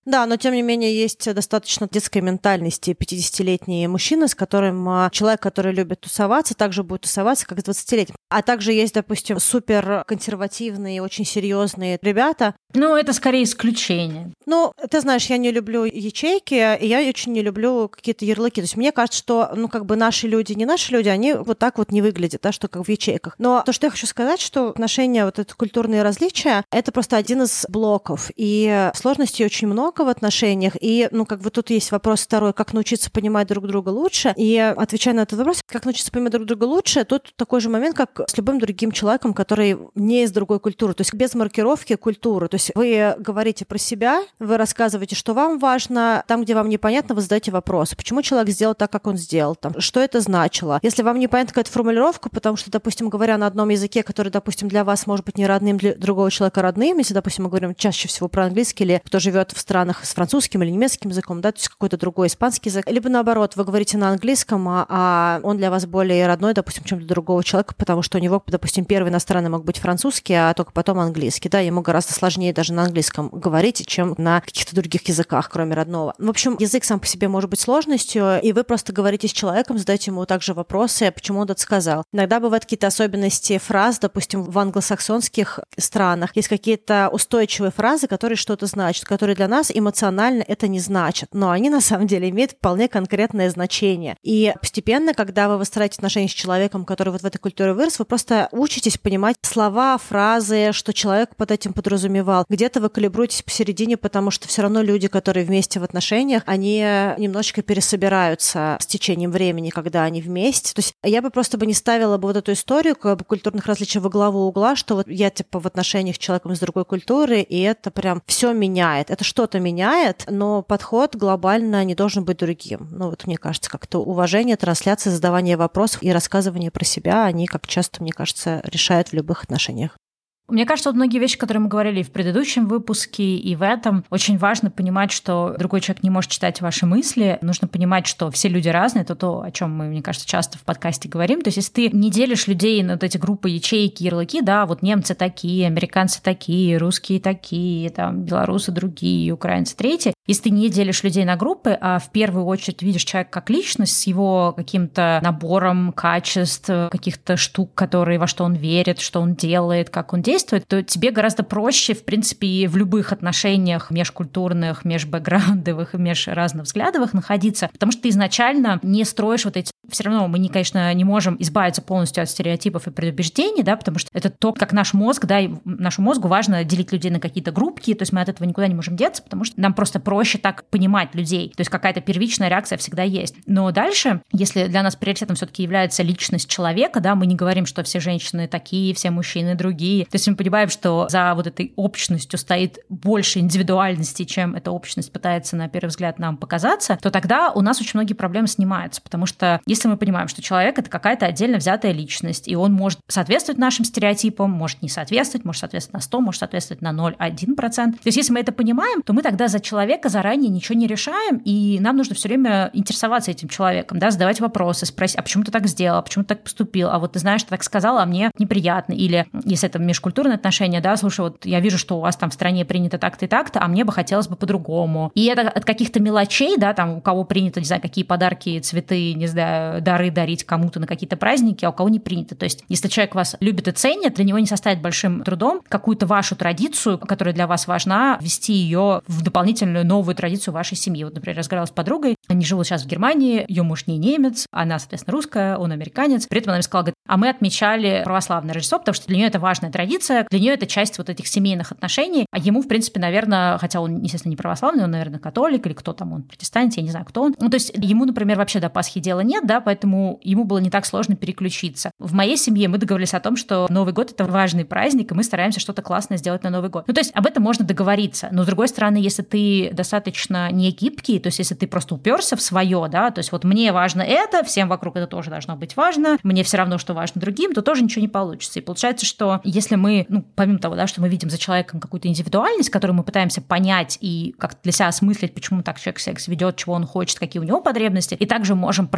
Да, но тем не менее есть достаточно детской ментальности 50-летние мужчины, с которым человек, который любит тусоваться, также будет тусоваться, как с 20-летним. А также есть, допустим, супер консервативные, очень серьезные ребята. Ну, это скорее исключение. Ну, ты знаешь, я не люблю ячейки, и я очень не люблю какие-то ярлыки. То есть мне кажется, что, наши люди, не наши люди, они вот так вот не выглядят, да, что как в ячейках. Но то, что я хочу сказать, что отношения, вот это культурные различия, это просто один из блоков. И сложностей очень много в отношениях. И, тут есть вопрос второй, как научиться понимать друг друга лучше. И отвечая на этот вопрос, как научиться понимать друг друга лучше, тут такой же момент, как с любым другим человеком, который не из другой культуры. То есть без маркировки культуры. То есть вы говорите про себя, вы рассказываете, что вам важно, там, где вам непонятно, вы задаете вопросы. Почему человек сделал так, как он сделал? Что это значило? Если вам непонятна какая-то формулировка, потому что, допустим, говоря на одном языке, который, допустим, для вас может быть не родным, для другого человека родным, если, допустим, мы говорим чаще всего про английский, или кто живет в странах с французским или немецким языком, да, то есть какой-то другой испанский язык. Либо наоборот, вы говорите на английском, а он для вас более родной, допустим, чем для другого человека, потому что у него, допустим, первый иностранный мог быть французский, а только потом английский. Да, ему гораздо сложнее даже на английском говорить, чем на каких-то других языках, кроме родного. В общем, язык сам по себе может быть сложностью, и вы просто говорите с человеком, задаете ему также вопросы, почему он это сказал. Иногда бывают какие-то особенности фраз, допустим, в англосаксонских странах есть какие-то устойчивые фразы, которые что-то значат, которые для нас эмоционально это не значат, но они на самом деле имеют вполне конкретное значение. И постепенно, когда вы выстраиваете отношения с человеком, который вот в этой культуре вырос, вы просто учитесь понимать слова, фразы, что человек под этим подразумевал. Где-то вы калибруетесь посередине, потому что все равно люди, которые вместе в отношениях, они немножечко пересобираются с течением времени, когда они вместе. То есть я бы просто не ставила бы вот эту историю культурных различий во главу угла, что вот я в отношениях с человеком из другой культуры, и это прям все меняет. Это что-то меняет, но подход глобально не должен быть другим. Мне кажется, как-то уважение, трансляция, задавание вопросов и рассказывание про себя, они, как часто, мне кажется, решают в любых отношениях. Мне кажется, вот многие вещи, которые мы говорили и в предыдущем выпуске, и в этом, очень важно понимать, что другой человек не может читать ваши мысли. Нужно понимать, что все люди разные. Это то, о чем мы, мне кажется, часто в подкасте говорим. То есть если ты не делишь людей на вот эти группы, ячейки, ярлыки, да, вот немцы такие, американцы такие, русские такие, там, белорусы другие, украинцы третьи. Если ты не делишь людей на группы, а в первую очередь видишь человека как личность с его каким-то набором качеств, каких-то штук, которые, во что он верит, что он делает, как он действует, то тебе гораздо проще, в принципе, и в любых отношениях межкультурных, межбэкграундовых и межразных взглядовых находиться, потому что ты изначально не строишь вот эти... Все равно мы, конечно, не можем избавиться полностью от стереотипов и предубеждений, да, потому что это то, как наш мозг, да, и нашему мозгу важно делить людей на какие-то группки, то есть мы от этого никуда не можем деться, потому что нам просто проще так понимать людей, то есть какая-то первичная реакция всегда есть. Но дальше, если для нас приоритетом все-таки является личность человека, да, мы не говорим, что все женщины такие, все мужчины другие, то есть мы понимаем, что за вот этой общностью стоит больше индивидуальности, чем эта общность пытается на первый взгляд нам показаться, то тогда у нас очень многие проблемы снимаются, потому что если мы понимаем, что человек — это какая-то отдельно взятая личность, и он может соответствовать нашим стереотипам, может не соответствовать, может соответствовать на 100, может соответствовать на 0,1%. То есть если мы это понимаем, то мы тогда за человека заранее ничего не решаем, и нам нужно все время интересоваться этим человеком, да, задавать вопросы, спросить, а почему ты так сделал, а почему ты так поступил, а вот ты знаешь, ты так сказала, а мне неприятно. Или если это межкультурные отношения, да, слушай, вот я вижу, что у вас там в стране принято так-то и так-то, а мне бы хотелось бы по-другому. И это от каких-то мелочей, да, там у кого принято, не знаю, какие подарки, цветы, не знаю, дары дарить кому-то на какие-то праздники, а у кого не принято. То есть если человек вас любит и ценит, для него не составит большим трудом какую-то вашу традицию, которая для вас важна, ввести ее в дополнительную новую традицию вашей семьи. Вот, например, разговаривала с подругой, они живут сейчас в Германии, ее муж не немец, она, соответственно, русская, он американец. При этом она мне сказала, говорит, а мы отмечали православное Рождество, потому что для нее это важная традиция, для нее это часть вот этих семейных отношений, а ему, в принципе, наверное, хотя он, естественно, не православный, он, наверное, католик или кто там, он протестант, я не знаю, кто он. То есть ему, например, вообще до Пасхи дела нет, да, поэтому ему было не так сложно переключиться. В моей семье мы договорились о том, что Новый год — это важный праздник, и мы стараемся что-то классное сделать на Новый год. То есть об этом можно договориться. Но, с другой стороны, если ты достаточно не гибкий, то есть если ты просто уперся в свое, да, то есть вот мне важно это, всем вокруг это тоже должно быть важно, мне все равно, что важно другим, то тоже ничего не получится. И получается, что если мы, помимо того, да, что мы видим за человеком какую-то индивидуальность, которую мы пытаемся понять и как-то для себя осмыслить, почему так человек себя ведет, чего он хочет, какие у него потребности, и также можем прокоммуницировать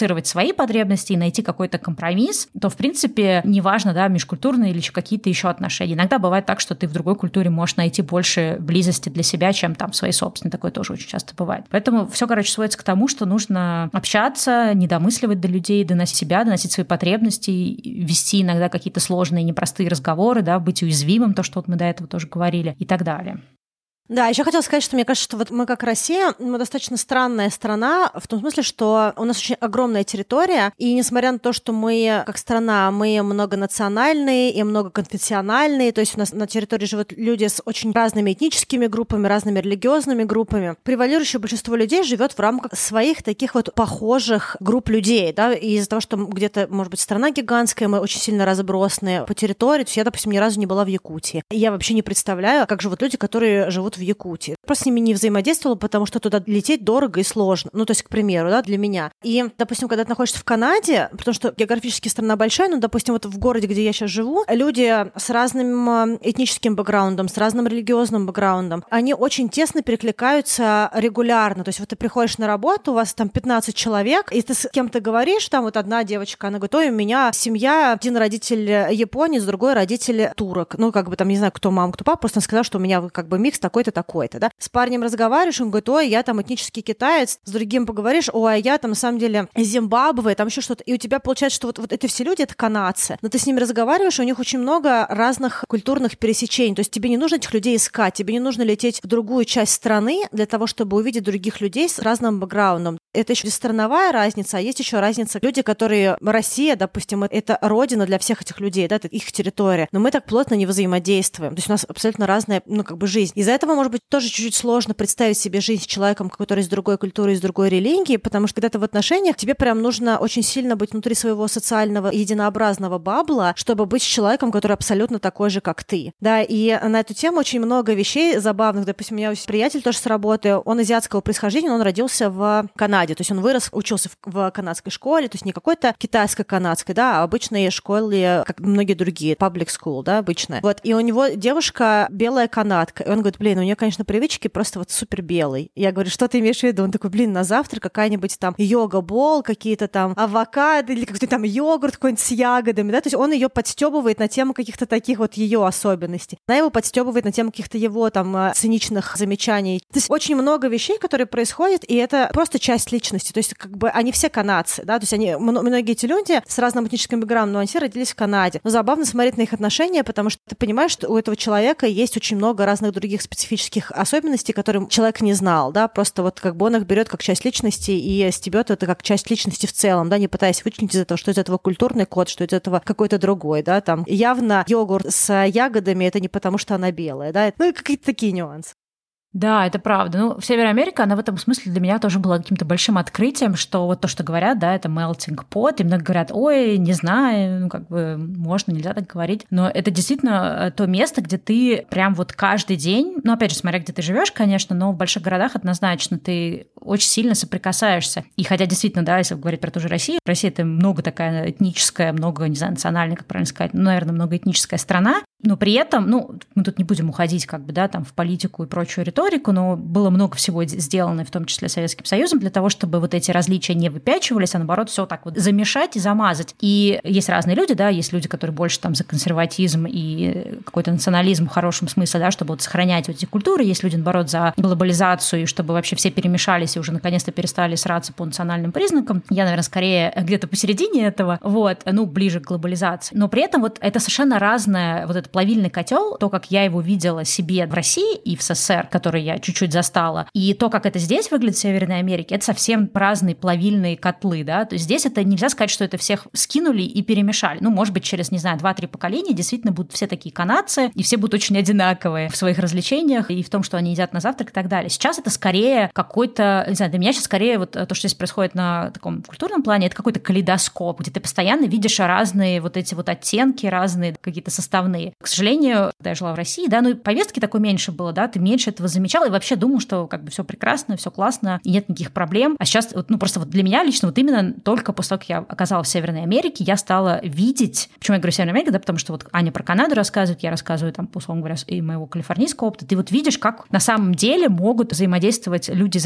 идентифицировать свои потребности и найти какой-то компромисс, то, в принципе, неважно, да, межкультурные или какие-то еще отношения. Иногда бывает так, что ты в другой культуре можешь найти больше близости для себя, чем там в своей собственной. Такое тоже очень часто бывает. Поэтому все, сводится к тому, что нужно общаться, не домысливать до людей, доносить себя, доносить свои потребности, вести иногда какие-то сложные, непростые разговоры, да, быть уязвимым, то, что вот мы до этого тоже говорили, и так далее. Да, еще хотела сказать, что мне кажется, что вот мы как Россия, мы достаточно странная страна в том смысле, что у нас очень огромная территория, и несмотря на то, что мы как страна, мы многонациональные и многоконфессиональные, то есть у нас на территории живут люди с очень разными этническими группами, разными религиозными группами, превалирующее большинство людей живет в рамках своих таких вот похожих групп людей, да, и из-за того, что где-то, может быть, страна гигантская, мы очень сильно разбросаны по территории, то есть я, допустим, ни разу не была в Якутии. Я вообще не представляю, как живут люди, которые живут в Якутии. Просто с ними не взаимодействовала, потому что туда лететь дорого и сложно. Ну, то есть, к примеру, да, для меня. И, допустим, когда ты находишься в Канаде, потому что географически страна большая, но, допустим, вот в городе, где я сейчас живу, люди с разным этническим бэкграундом, с разным религиозным бэкграундом, они очень тесно перекликаются регулярно. То есть вот ты приходишь на работу, у вас там 15 человек, и ты с кем-то говоришь, там вот одна девочка, она говорит: ой, у меня семья, один родитель японец, другой родитель турок. Ну, как бы там, не знаю, кто мама, кто папа, просто она сказала, что у меня как бы микс такой-то, такой-то, да. С парнем разговариваешь, он говорит: ой, я там этнический китаец, с другим поговоришь: ой, а я там на самом деле из Зимбабве, там еще что-то. И у тебя получается, что вот эти все люди — это канадцы. Но ты с ними разговариваешь, у них очень много разных культурных пересечений. То есть тебе не нужно этих людей искать, тебе не нужно лететь в другую часть страны для того, чтобы увидеть других людей с разным бэкграундом. Это еще страновая разница, а есть еще разница. Люди, которые... Россия, допустим, это родина для всех этих людей, да, это их территория. Но мы так плотно не взаимодействуем. То есть у нас абсолютно разная, жизнь. Из-за этого, может быть, тоже чуть-чуть сложно представить себе жизнь с человеком, который из другой культуры, из другой религии, потому что когда ты в отношениях, тебе прям нужно очень сильно быть внутри своего социального единообразного бабла, чтобы быть с человеком, который абсолютно такой же, как ты. Да, и на эту тему очень много вещей забавных. Допустим, у меня есть приятель тоже с работы, он азиатского происхождения, он родился в Канаде, то есть он вырос, учился в канадской школе, то есть не какой-то китайско-канадской, да, а обычной школе, как многие другие, public school, да, обычная. Вот, и у него девушка белая канадка, и он говорит: блин, у нее, конечно, привычки просто вот супер белый. Я говорю: что ты имеешь в виду? Он такой: блин, на завтрак какая-нибудь там йога-бол, какие-то там авокадо или какой-то там йогурт какой-нибудь с ягодами, да, то есть он ее подстебывает на тему каких-то таких вот ее особенностей. Она его подстебывает на тему каких-то его там циничных замечаний. То есть очень много вещей, которые происходят, и это просто часть личности. То есть как бы они все канадцы, да, то есть они, многие эти люди с разным этническим бэкграундом, но они все родились в Канаде. Но забавно смотреть на их отношения, потому что ты понимаешь, что у этого человека есть очень много разных других специфических особенностей, которые человек не знал, да, просто вот как бы он их берет как часть личности и стебет это как часть личности в целом, да, не пытаясь вычленить из этого, что из этого культурный код, что из этого какой-то другой, да, там явно йогурт с ягодами — это не потому, что она белая, да, ну и какие-то такие нюансы. Да, это правда. Ну, Северная Америка, она в этом смысле для меня тоже была каким-то большим открытием, что вот то, что говорят, да, это melting pot, и многие говорят: ой, не знаю, как бы можно, нельзя так говорить. Но это действительно то место, где ты прям вот каждый день, ну, опять же, смотря где ты живешь, конечно, но в больших городах однозначно ты очень сильно соприкасаешься. И хотя действительно, да, если говорить про ту же Россию, Россия — это много такая этническая, много, не знаю, национальная, как правильно сказать, ну, наверное, многоэтническая страна, но при этом, ну, мы тут не будем уходить как бы, да, там в политику и прочую риторику, но было много всего сделано, в том числе Советским Союзом, для того, чтобы вот эти различия не выпячивались, а наоборот все так вот замешать и замазать. И есть разные люди, да, есть люди, которые больше там за консерватизм и какой-то национализм в хорошем смысле, да, чтобы вот сохранять вот эти культуры, есть люди, наоборот, за глобализацию, и чтобы вообще все перемешались и уже наконец-то перестали сраться по национальным признакам. Я, наверное, скорее где-то посередине этого, вот, ну, ближе к глобализации. Но при этом вот это совершенно разное, вот этот плавильный котел, то, как я его видела себе в России и в СССР, который я чуть-чуть застала, и то, как это здесь выглядит в Северной Америке, это совсем разные плавильные котлы, да, то есть здесь это нельзя сказать, что это всех скинули и перемешали. Ну, может быть, через, не знаю, 2-3 поколения действительно будут все такие канадцы, и все будут очень одинаковые в своих развлечениях и в том, что они едят на завтрак и так далее. Сейчас это скорее какой-то, не знаю, для меня сейчас скорее вот то, что здесь происходит на таком культурном плане, это какой-то калейдоскоп, где ты постоянно видишь разные вот эти вот оттенки, разные какие-то составные. К сожалению, когда я жила в России, да, ну, повестки такой меньше было, да, ты меньше этого замечала и вообще думал, что как бы все прекрасно, все классно, и нет никаких проблем. А сейчас, ну, просто вот для меня лично вот именно только после того, как я оказалась в Северной Америке, я стала видеть, почему я говорю Северная Америка, да, потому что вот Аня про Канаду рассказывает, я рассказываю там, условно говоря, и моего калифорнийского опыта, ты вот видишь, как на самом деле могут взаимодействовать люди из разных культур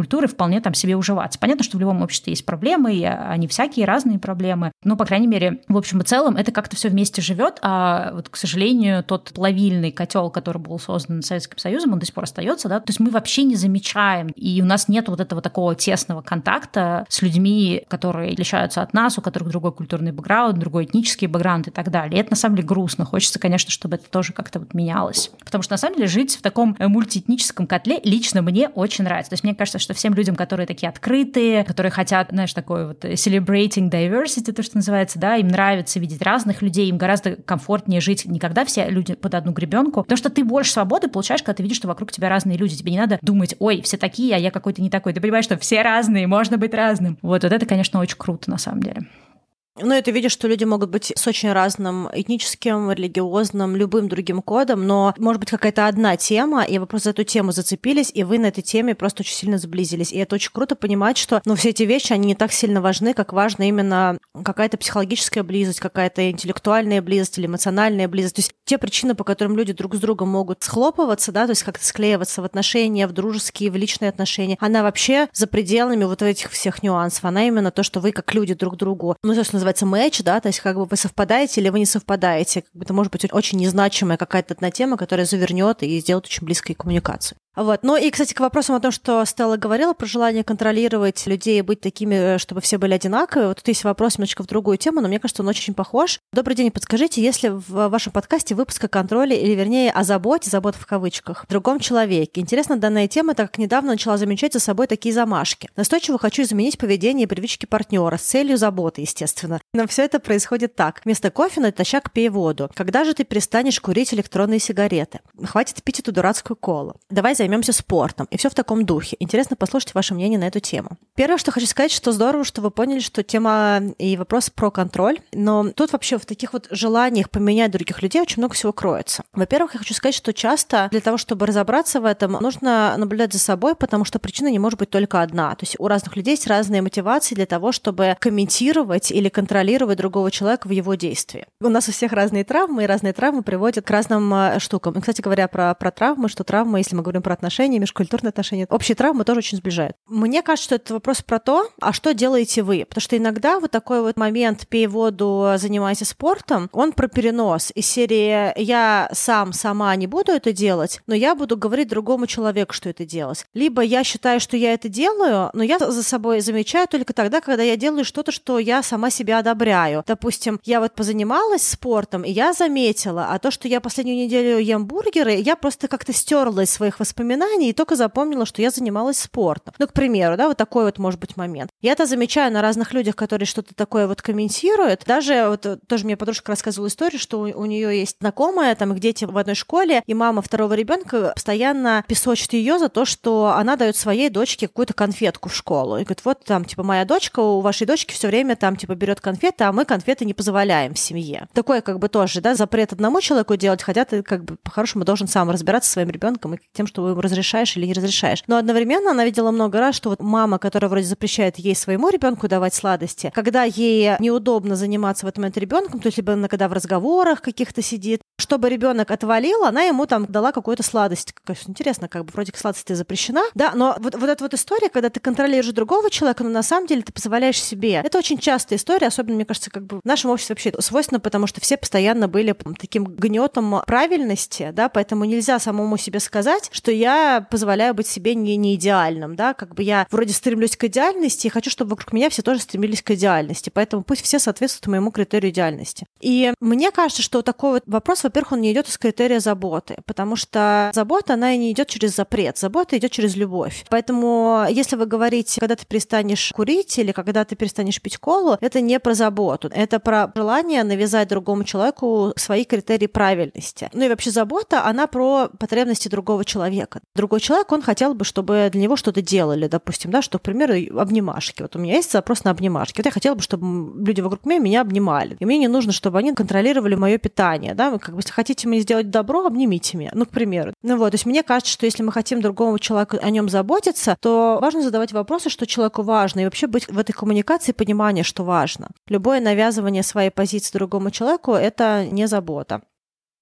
культурой вполне там себе уживаться. Понятно, что в любом обществе есть проблемы, и они всякие, разные проблемы, но, по крайней мере, в общем и целом, это как-то все вместе живет, а вот, к сожалению, тот плавильный котел, который был создан Советским Союзом, он до сих пор остается, да, то есть мы вообще не замечаем, и у нас нет вот этого такого тесного контакта с людьми, которые отличаются от нас, у которых другой культурный бэкграунд, другой этнический бэкграунд и так далее. И это на самом деле грустно. Хочется, конечно, чтобы это тоже как-то вот менялось. Потому что на самом деле жить в таком мультиэтническом котле лично мне очень нравится. То есть мне кажется, что всем людям, которые такие открытые, которые хотят, знаешь, такой вот celebrating diversity, то, что называется, да, им нравится видеть разных людей, им гораздо комфортнее жить не когда все люди под одну гребенку, потому что ты больше свободы получаешь, когда ты видишь, что вокруг тебя разные люди. Тебе не надо думать, ой, все такие, а я какой-то не такой. Ты понимаешь, что все разные, можно быть разным. Вот это, конечно, очень круто на самом деле. Ну, и ты видишь, что люди могут быть с очень разным этническим, религиозным, любым другим кодом, но может быть какая-то одна тема, и вы просто за эту тему зацепились, и вы на этой теме просто очень сильно сблизились. И это очень круто понимать, что все эти вещи, они не так сильно важны, как важна именно какая-то психологическая близость, какая-то интеллектуальная близость или эмоциональная близость. То есть те причины, по которым люди друг с другом могут схлопываться, да, то есть как-то склеиваться в отношения, в дружеские, в личные отношения, она вообще за пределами вот этих всех нюансов. Она именно то, что вы как люди друг другу, собственно, называется матч, да, то есть как бы вы совпадаете или вы не совпадаете. Как бы это может быть очень незначимая какая-то одна тема, которая завернет и сделает очень близкой коммуникацию. Вот. Ну и, кстати, к вопросам о том, что Стелла говорила про желание контролировать людей и быть такими, чтобы все были одинаковые. Вот тут есть вопрос немножечко в другую тему, но мне кажется, он очень похож. Добрый день, подскажите, если в вашем подкасте выпуск о контроле, или вернее о заботе, забота в кавычках, в другом человеке. Интересна данная тема, так как недавно начала замечать за собой такие замашки. Настойчиво хочу изменить поведение и привычки партнера с целью заботы, естественно. Но все это происходит так. Вместо кофе натощак пей воду. Когда же ты перестанешь курить электронные сигареты? Хватит пить эту дурацкую колу. Давай займемся спортом. И все в таком духе. Интересно послушать ваше мнение на эту тему. Первое, что хочу сказать, что здорово, что вы поняли, что тема и вопрос про контроль. Но тут вообще в таких вот желаниях поменять других людей очень много всего кроется. Во-первых, я хочу сказать, что часто для того, чтобы разобраться в этом, нужно наблюдать за собой, потому что причина не может быть только одна. То есть у разных людей есть разные мотивации для того, чтобы комментировать или контролировать другого человека в его действии. У нас у всех разные травмы, и разные травмы приводят к разным штукам. И, кстати говоря, про травмы, что травмы, если мы говорим про отношения, межкультурные отношения, общие травмы тоже очень сближают. Мне кажется, что это вопрос про то, а что делаете вы? Потому что иногда вот такой вот момент «пей воду, занимайся спортом», он про перенос. Из серии «я сама не буду это делать, но я буду говорить другому человеку, что это делать». Либо я считаю, что я это делаю, но я за собой замечаю только тогда, когда я делаю что-то, что я сама себя одобряю. Допустим, я вот позанималась спортом, и я заметила, а то, что я последнюю неделю ем бургеры, я просто как-то стерла из своих воспоминаний и только запомнила, что я занималась спортом. Ну, к примеру, да, вот такой вот может быть момент. Я это замечаю на разных людях, которые что-то такое вот комментируют. Даже вот тоже мне подружка рассказывала историю, что у нее есть знакомая, там их дети в одной школе, и мама второго ребенка постоянно песочит ее за то, что она дает своей дочке какую-то конфетку в школу. И говорит, вот там, типа, моя дочка, у вашей дочки все время там, типа, берет конфеты, а мы конфеты не позволяем в семье. Такое как бы тоже, да, запрет одному человеку делать, хотя ты как бы по-хорошему должен сам разбираться со своим ребенком и тем, что вы ему разрешаешь или не разрешаешь. Но одновременно она видела много раз, что вот мама, которая вроде запрещает ей своему ребенку давать сладости, когда ей неудобно заниматься в этот момент ребенком, то есть либо она когда в разговорах каких-то сидит, чтобы ребенок отвалил, она ему там дала какую-то сладость. Конечно, интересно, как бы вроде как сладость запрещена, да, но вот эта вот история, когда ты контролируешь другого человека, но на самом деле ты позволяешь себе. Это очень частая история, особенно, мне кажется, как бы в нашем обществе вообще свойственно, потому что все постоянно были таким гнетом правильности, да, поэтому нельзя самому себе сказать, что я позволяю быть себе не идеальным, да, как бы я вроде стремлюсь к идеальности и хочу, чтобы вокруг меня все тоже стремились к идеальности, поэтому пусть все соответствуют моему критерию идеальности. И мне кажется, что такой вот вопрос, во-первых, он не идет из критерия заботы, потому что забота, она и не идет через запрет, забота идет через любовь. Поэтому, если вы говорите, когда ты перестанешь курить или когда ты перестанешь пить колу, это не про заботу, это про желание навязать другому человеку свои критерии правильности. Ну и вообще забота, она про потребности другого человека. Другой человек, он хотел бы, чтобы для него что-то делали, допустим, да, что, к примеру, обнимашки. Вот у меня есть запрос на обнимашки. Вот я хотела бы, чтобы люди вокруг меня обнимали. И мне не нужно, чтобы они контролировали мое питание, да, как бы, если хотите мне сделать добро, обнимите меня, ну, к примеру. Ну вот, то есть мне кажется, что если мы хотим другому человеку о нем заботиться, то важно задавать вопросы, что человеку важно, и вообще быть в этой коммуникации, понимание, что важно. Любое навязывание своей позиции другому человеку — это не забота.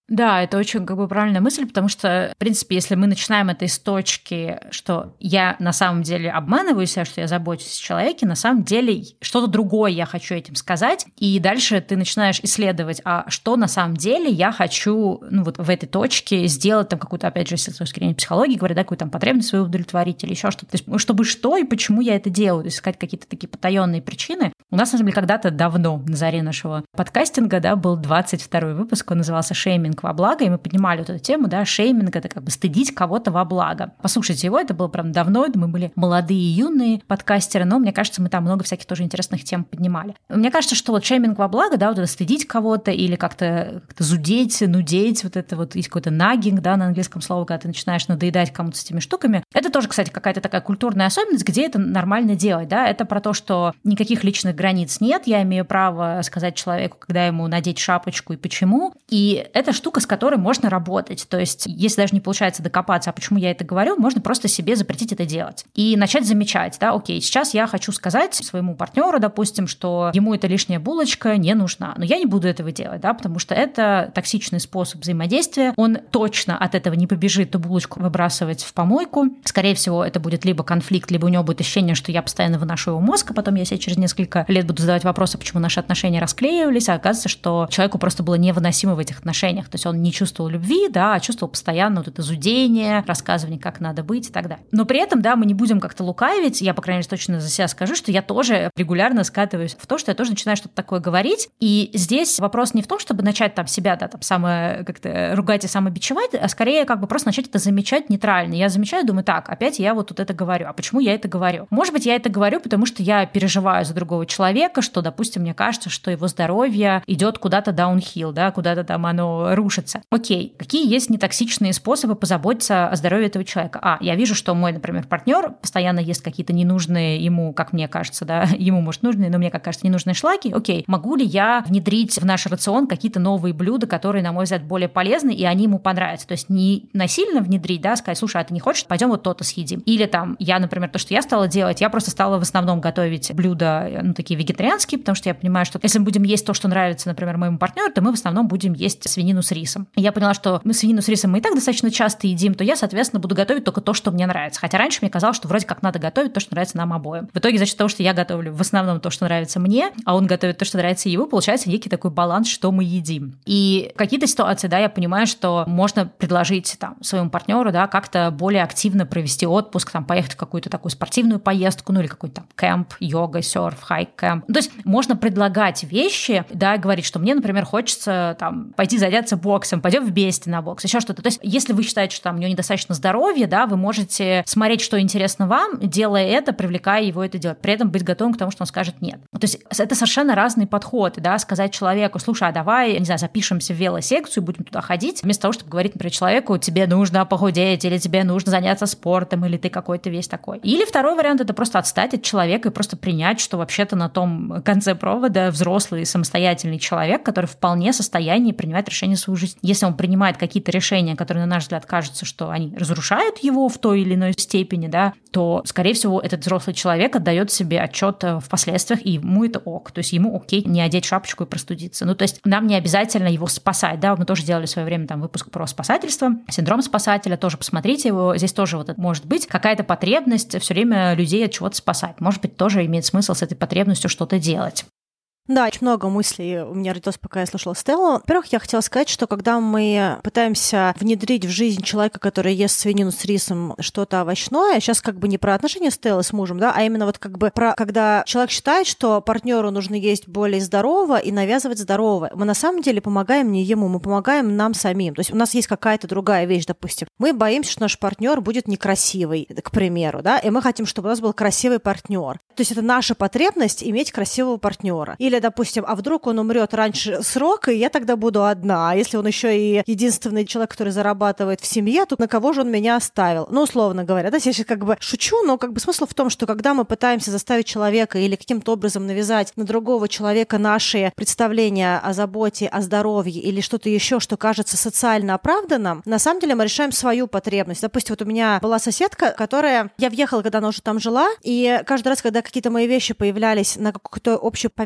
Да, это очень правильная мысль, потому что, в принципе, если мы начинаем это из точки, что я на самом деле обманываю себя, что я забочусь о человеке, на самом деле что-то другое я хочу этим сказать, и дальше ты начинаешь исследовать, а что на самом деле я хочу в этой точке сделать там какую-то, опять же, с точки зрения психологии, говоря, да, какую-то там потребность свою удовлетворить или еще что-то. То есть, чтобы что и почему я это делаю, то есть искать какие-то такие потаенные причины. У нас, на самом деле, когда-то давно, на заре нашего подкастинга, да, был 22-й выпуск, он назывался «Шейминг во благо», и мы поднимали вот эту тему, да, шейминг — это стыдить кого-то во благо. Послушайте его, это было прям давно, мы были молодые и юные подкастеры, но мне кажется, мы там много всяких тоже интересных тем поднимали. Мне кажется, что вот шейминг во благо, да, вот это стыдить кого-то или как-то зудеть, нудеть, вот это вот есть какой-то наггинг, да, на английском слове, когда ты начинаешь надоедать кому-то с этими штуками. Это тоже, кстати, какая-то такая культурная особенность, где это нормально делать, да, это про то, что никаких личных границ нет, я имею право сказать человеку, когда ему надеть шапочку и почему, и это штука, с которой можно работать. То есть, если даже не получается докопаться, а почему я это говорю, можно просто себе запретить это делать. И начать замечать, да, окей, сейчас я хочу сказать своему партнеру, допустим, что ему эта лишняя булочка не нужна. Но я не буду этого делать, да, потому что это токсичный способ взаимодействия. Он точно от этого не побежит ту булочку выбрасывать в помойку. Скорее всего, это будет либо конфликт, либо у него будет ощущение, что я постоянно выношу его мозг, а потом я себе через несколько лет буду задавать вопросы, почему наши отношения расклеивались, а оказывается, что человеку просто было невыносимо в этих отношениях. То есть он не чувствовал любви, да, а чувствовал постоянно вот это зудение, рассказывание, как надо быть и так далее. Но при этом, да, мы не будем как-то лукавить, я, по крайней мере, точно за себя скажу, что я тоже регулярно скатываюсь в то, что я тоже начинаю что-то такое говорить, и здесь вопрос не в том, чтобы начать там себя, да, там как-то ругать и самобичевать, а скорее просто начать это замечать нейтрально. Я замечаю, думаю, так, опять я вот это говорю, а почему я это говорю? Может быть, я это говорю, потому что я переживаю за другого человека, что, допустим, мне кажется, что его здоровье идет куда-то даунхилл, да, куда-то там оно рушится. Окей, какие есть нетоксичные способы позаботиться о здоровье этого человека? Я вижу, что мой, например, партнер постоянно ест какие-то ненужные ему, как мне кажется, да, ему, может, нужные, но мне, как кажется, ненужные шлаки. Окей, могу ли я внедрить в наш рацион какие-то новые блюда, которые, на мой взгляд, более полезны, и они ему понравятся? То есть не насильно внедрить, да, сказать, слушай, а ты не хочешь, пойдем вот то-то съедим. Или там, я, например, то, что я стала делать, я просто стала в основном готовить блюда, такие вегетарианские, потому что я понимаю, что если мы будем есть то, что нравится, например, моему партнеру, то мы в основном будем есть свинину с рисом. И я поняла, что мы свинину с рисом мы и так достаточно часто едим, то я, соответственно, буду готовить только то, что мне нравится. Хотя раньше мне казалось, что вроде как надо готовить то, что нравится нам обоим. В итоге за счет того, что я готовлю в основном то, что нравится мне, а он готовит то, что нравится ему, получается некий такой баланс, что мы едим. И в какие-то ситуации, да, я понимаю, что можно предложить там своему партнеру, да, как-то более активно провести отпуск, там, поехать в какую-то такую спортивную поездку, или какой-то там кэмп, йога, серф, хайк-кэмп. То есть можно предлагать вещи, да, и говорить, что мне, например, хочется там пойти заняться боксом, пойдем вместе на бокс, еще что-то. То есть если вы считаете, что там у него недостаточно здоровья, да, вы можете смотреть, что интересно вам, делая это, привлекая его это делать, при этом быть готовым к тому, что он скажет нет. То есть это совершенно разные подходы, да, сказать человеку, слушай, а давай, не знаю, запишемся в велосекцию, будем туда ходить, вместо того, чтобы говорить, например, человеку, тебе нужно похудеть, или тебе нужно заняться спортом, или ты какой-то весь такой. Или второй вариант — это просто отстать от человека и просто принять, что вообще-то на том конце провода взрослый самостоятельный человек, который вполне в состоянии принимать решения в свою жизнь. Если он принимает какие-то решения, которые, на наш взгляд, кажутся, что они разрушают его в той или иной степени, да, то, скорее всего, этот взрослый человек отдает себе отчет в последствиях, и ему это ок. То есть ему окей не одеть шапочку и простудиться. То есть нам не обязательно его спасать, да, мы тоже делали в свое время там выпуск про спасательство, синдром спасателя, тоже посмотрите его, здесь тоже вот это может быть какая-то потребность все время людей от чего-то спасать. Может быть, тоже имеет смысл с этой потребностью что-то делать. Да, очень много мыслей у меня родилось, пока я слушала Стеллу. Во-первых, я хотела сказать, что когда мы пытаемся внедрить в жизнь человека, который ест свинину с рисом, что-то овощное, сейчас как бы не про отношения Стеллы с мужем, да, а именно вот как бы про когда человек считает, что партнеру нужно есть более здорово и навязывать здоровое. Мы на самом деле помогаем не ему, мы помогаем нам самим. То есть у нас есть какая-то другая вещь, допустим. Мы боимся, что наш партнер будет некрасивый, к примеру, да, и мы хотим, чтобы у нас был красивый партнер. То есть это наша потребность иметь красивого партнера. Или, допустим, а вдруг он умрет раньше срока, и я тогда буду одна. А если он еще и единственный человек, который зарабатывает в семье, то на кого же он меня оставил? Условно говоря, да, я сейчас как бы шучу, но как бы смысл в том, что когда мы пытаемся заставить человека или каким-то образом навязать на другого человека наши представления о заботе, о здоровье или что-то еще, что кажется социально оправданным, на самом деле мы решаем свою потребность. Допустим, вот у меня была соседка, которая... Я въехала, когда она уже там жила, и каждый раз, когда какие-то мои вещи появлялись на какой-то общей поверхности,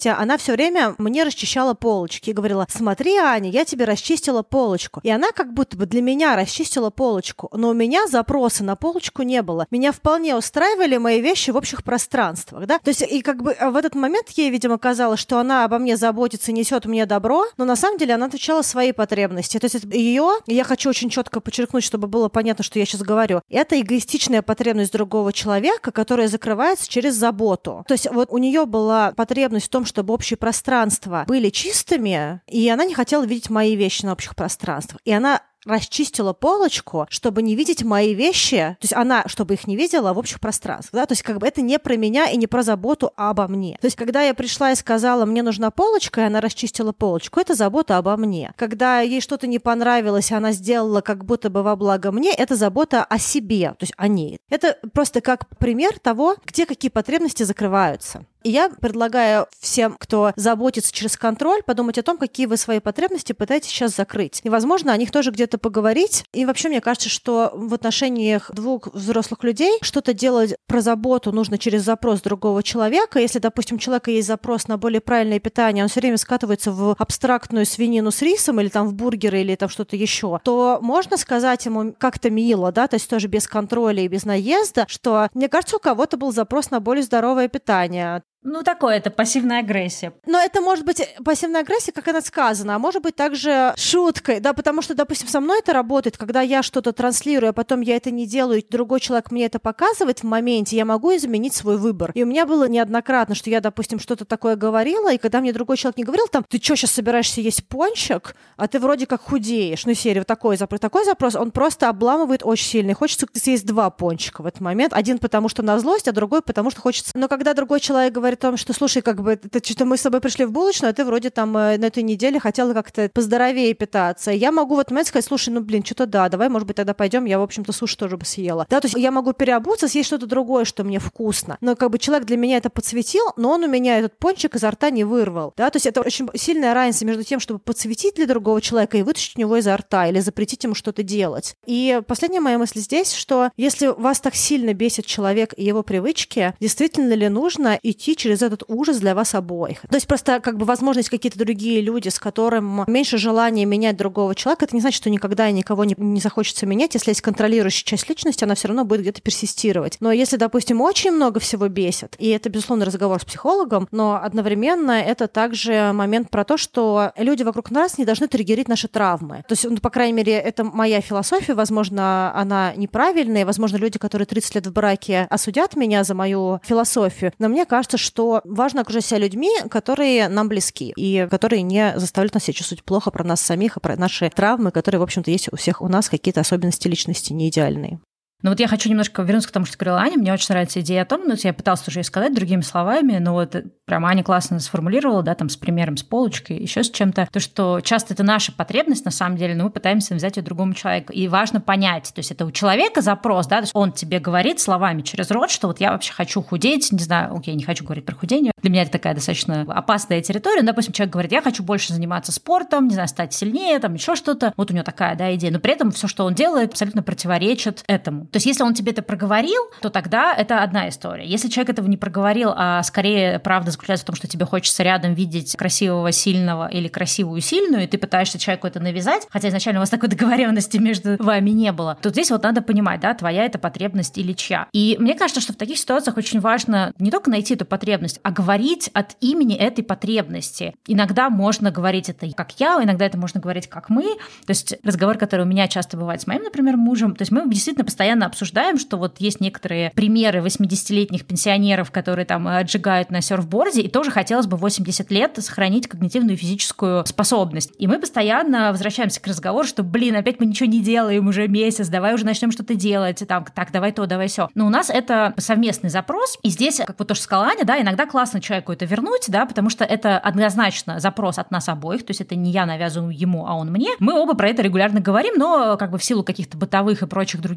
потребности, она все время мне расчищала полочки и говорила: смотри, Аня, я тебе расчистила полочку. И она как будто бы для меня расчистила полочку, но у меня запроса на полочку не было. Меня вполне устраивали мои вещи в общих пространствах, да? То есть и как бы в этот момент ей, видимо, казалось, что она обо мне заботится, несет мне добро, но на самом деле она отвечала свои потребности. То есть ее, я хочу очень четко подчеркнуть, чтобы было понятно, что я сейчас говорю, это эгоистичная потребность другого человека, которая закрывается через заботу. То есть вот у нее была потребность в том, чтобы общие пространства были чистыми, и она не хотела видеть мои вещи на общих пространствах. И она расчистила полочку, чтобы не видеть мои вещи, то есть она, чтобы их не видела в общих пространствах, да, то есть как бы это не про меня и не про заботу обо мне. То есть когда я пришла и сказала: мне нужна полочка, и она расчистила полочку, это забота обо мне. Когда ей что-то не понравилось, она сделала как будто бы во благо мне, это забота о себе, то есть о ней. Это просто как пример того, где какие потребности закрываются. И я предлагаю всем, кто заботится через контроль, подумать о том, какие вы свои потребности пытаетесь сейчас закрыть. И, возможно, о них тоже где-то поговорить. И вообще, мне кажется, что в отношениях двух взрослых людей что-то делать про заботу нужно через запрос другого человека. Если, допустим, у человека есть запрос на более правильное питание, он все время скатывается в абстрактную свинину с рисом или там в бургеры или там что-то еще, то можно сказать ему как-то мило, да, то есть тоже без контроля и без наезда, что, мне кажется, у кого-то был запрос на более здоровое питание. Ну, такое это пассивная агрессия. Но это может быть пассивная агрессия, как она сказана, а может быть также шуткой, да, потому что, допустим, со мной это работает, когда я что-то транслирую, а потом я это не делаю, и другой человек мне это показывает в моменте, я могу изменить свой выбор. И у меня было неоднократно, что я, допустим, что-то такое говорила, и когда мне другой человек не говорил, там: ты что, сейчас собираешься есть пончик, а ты вроде как худеешь, ну, серия, такой запрос, он просто обламывает очень сильно, и хочется съесть 2 пончика в этот момент, один потому что на злость, а другой потому что хочется. Но когда другой человек говорит о том, что, слушай, как бы, это что-то мы с тобой пришли в булочную, а ты вроде там на этой неделе хотела как-то поздоровее питаться. Я могу в этот момент сказать: слушай, ну, блин, что-то да, давай, может быть, тогда пойдем, я, в общем-то, суши тоже бы съела. Да, то есть я могу переобуться, съесть что-то другое, что мне вкусно. Но как бы человек для меня это подсветил, но он у меня этот пончик изо рта не вырвал. Да, то есть это очень сильная разница между тем, чтобы подсветить для другого человека и вытащить у него изо рта или запретить ему что-то делать. И последняя моя мысль здесь, что если вас так сильно бесит человек и его привычки, действительно ли нужно идти через этот ужас для вас обоих? То есть просто как бы возможность какие-то другие люди, с которым меньше желания менять другого человека, это не значит, что никогда и никого не захочется менять. Если есть контролирующая часть личности, она все равно будет где-то персистировать. Но если, допустим, очень много всего бесит, и это, безусловно, разговор с психологом, но одновременно это также момент про то, что люди вокруг нас не должны триггерить наши травмы. То есть, ну, по крайней мере, это моя философия, возможно, она неправильная, возможно, люди, которые 30 лет в браке, осудят меня за мою философию, но мне кажется, что важно окружать себя людьми, которые нам близки и которые не заставляют нас себя чувствовать плохо про нас самих и про наши травмы, которые, в общем-то, есть у всех у нас, какие-то особенности личности не идеальные. Но вот я хочу немножко вернуться к тому, что говорила Аня. Мне очень нравится идея о том, ну, я пыталась тоже ее сказать другими словами, но вот прям Аня классно сформулировала, да, там с примером, с полочкой, еще с чем-то, то, что часто это наша потребность, на самом деле, но мы пытаемся взять ее другому человеку. И важно понять, то есть это у человека запрос, да, то есть он тебе говорит словами через рот, что вот я вообще хочу худеть, не знаю, окей, не хочу говорить про худение, для меня это такая достаточно опасная территория, но, допустим, человек говорит: я хочу больше заниматься спортом, не знаю, стать сильнее, там еще что-то, вот у него такая, да, идея, но при этом все, что он делает, абсолютно противоречит этому. То есть если он тебе это проговорил, то тогда это одна история. Если человек этого не проговорил, а скорее правда заключается в том, что тебе хочется рядом видеть красивого, сильного или красивую, сильную, и ты пытаешься человеку это навязать, хотя изначально у вас такой договоренности между вами не было, то здесь вот надо понимать, да, твоя это потребность или чья. И мне кажется, что в таких ситуациях очень важно не только найти эту потребность, а говорить от имени этой потребности. Иногда можно говорить это как я, иногда это можно говорить как мы. То есть разговор, который у меня часто бывает с моим, например, мужем, то есть мы действительно постоянно обсуждаем, что вот есть некоторые примеры 80-летних пенсионеров, которые там отжигают на серфборде, и тоже хотелось бы 80 лет сохранить когнитивную и физическую способность. И мы постоянно возвращаемся к разговору, что, блин, опять мы ничего не делаем уже месяц, давай уже начнем что-то делать, там, так, давай то, давай сё. Но у нас это совместный запрос, и здесь, как вот то, что сказала Аня, да, иногда классно человеку это вернуть, да, потому что это однозначно запрос от нас обоих, то есть это не я навязываю ему, а он мне. Мы оба про это регулярно говорим, но как бы в силу каких-то бытовых и прочих других штук мы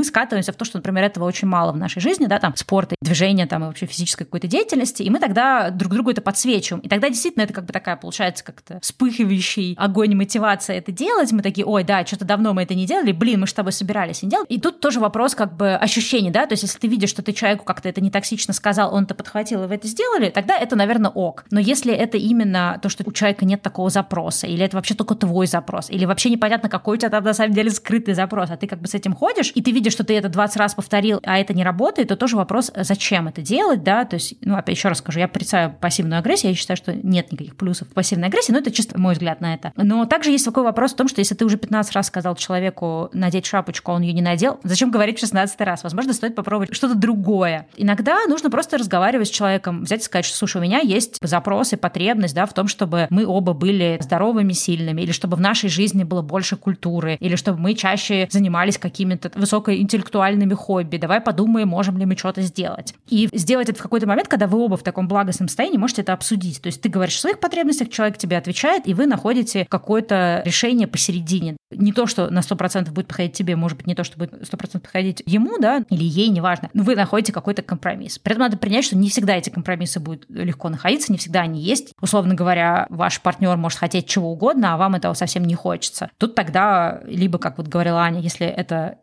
мы скатываемся в то, что, например, этого очень мало в нашей жизни, да, там, спорта, движения, там, и вообще физической какой-то деятельности, и мы тогда друг другу это подсвечиваем. И тогда действительно это как бы такая, получается, как-то вспыхивающий огонь и мотивация это делать. Мы такие, ой, да, что-то давно мы это не делали, блин, мы с тобой собирались и не делали. И тут тоже вопрос как бы ощущений, да, то есть если ты видишь, что ты человеку как-то это не токсично сказал, он это подхватил, и вы это сделали, тогда это, наверное, ок. Но если это именно то, что у человека нет такого запроса, или это вообще только твой запрос, или вообще непонятно, какой у тебя там на самом деле скрытый запрос, а ты как бы с этим ходишь, и ты видишь, что ты это 20 раз повторил, а это не работает, то тоже вопрос, зачем это делать, да, то есть, ну, опять еще раз скажу, я порицаю пассивную агрессию, я считаю, что нет никаких плюсов в пассивной агрессии, но это чисто мой взгляд на это. Но также есть такой вопрос в том, что если ты уже 15 раз сказал человеку надеть шапочку, а он ее не надел, зачем говорить в 16-й раз? Возможно, стоит попробовать что-то другое. Иногда нужно просто разговаривать с человеком, взять и сказать, что, слушай, у меня есть запрос и потребность, да, в том, чтобы мы оба были здоровыми, сильными, или чтобы в нашей жизни было больше культуры, или чтобы мы чаще занимались какими-то высокоинтеллектуальными хобби. Давай подумаем, можем ли мы что-то сделать. И сделать это в какой-то момент, когда вы оба в таком благостном состоянии можете это обсудить. То есть ты говоришь о своих потребностях, человек тебе отвечает, и вы находите какое-то решение посередине. Не то, что на 100% будет подходить тебе, может быть, не то, что будет 100% подходить ему, да, или ей, неважно, но вы находите какой-то компромисс. При этом надо принять, что не всегда эти компромиссы будут легко находиться, не всегда они есть. Условно говоря, ваш партнер может хотеть чего угодно, а вам этого совсем не хочется. Тут тогда либо, как вот говорила Аня, если это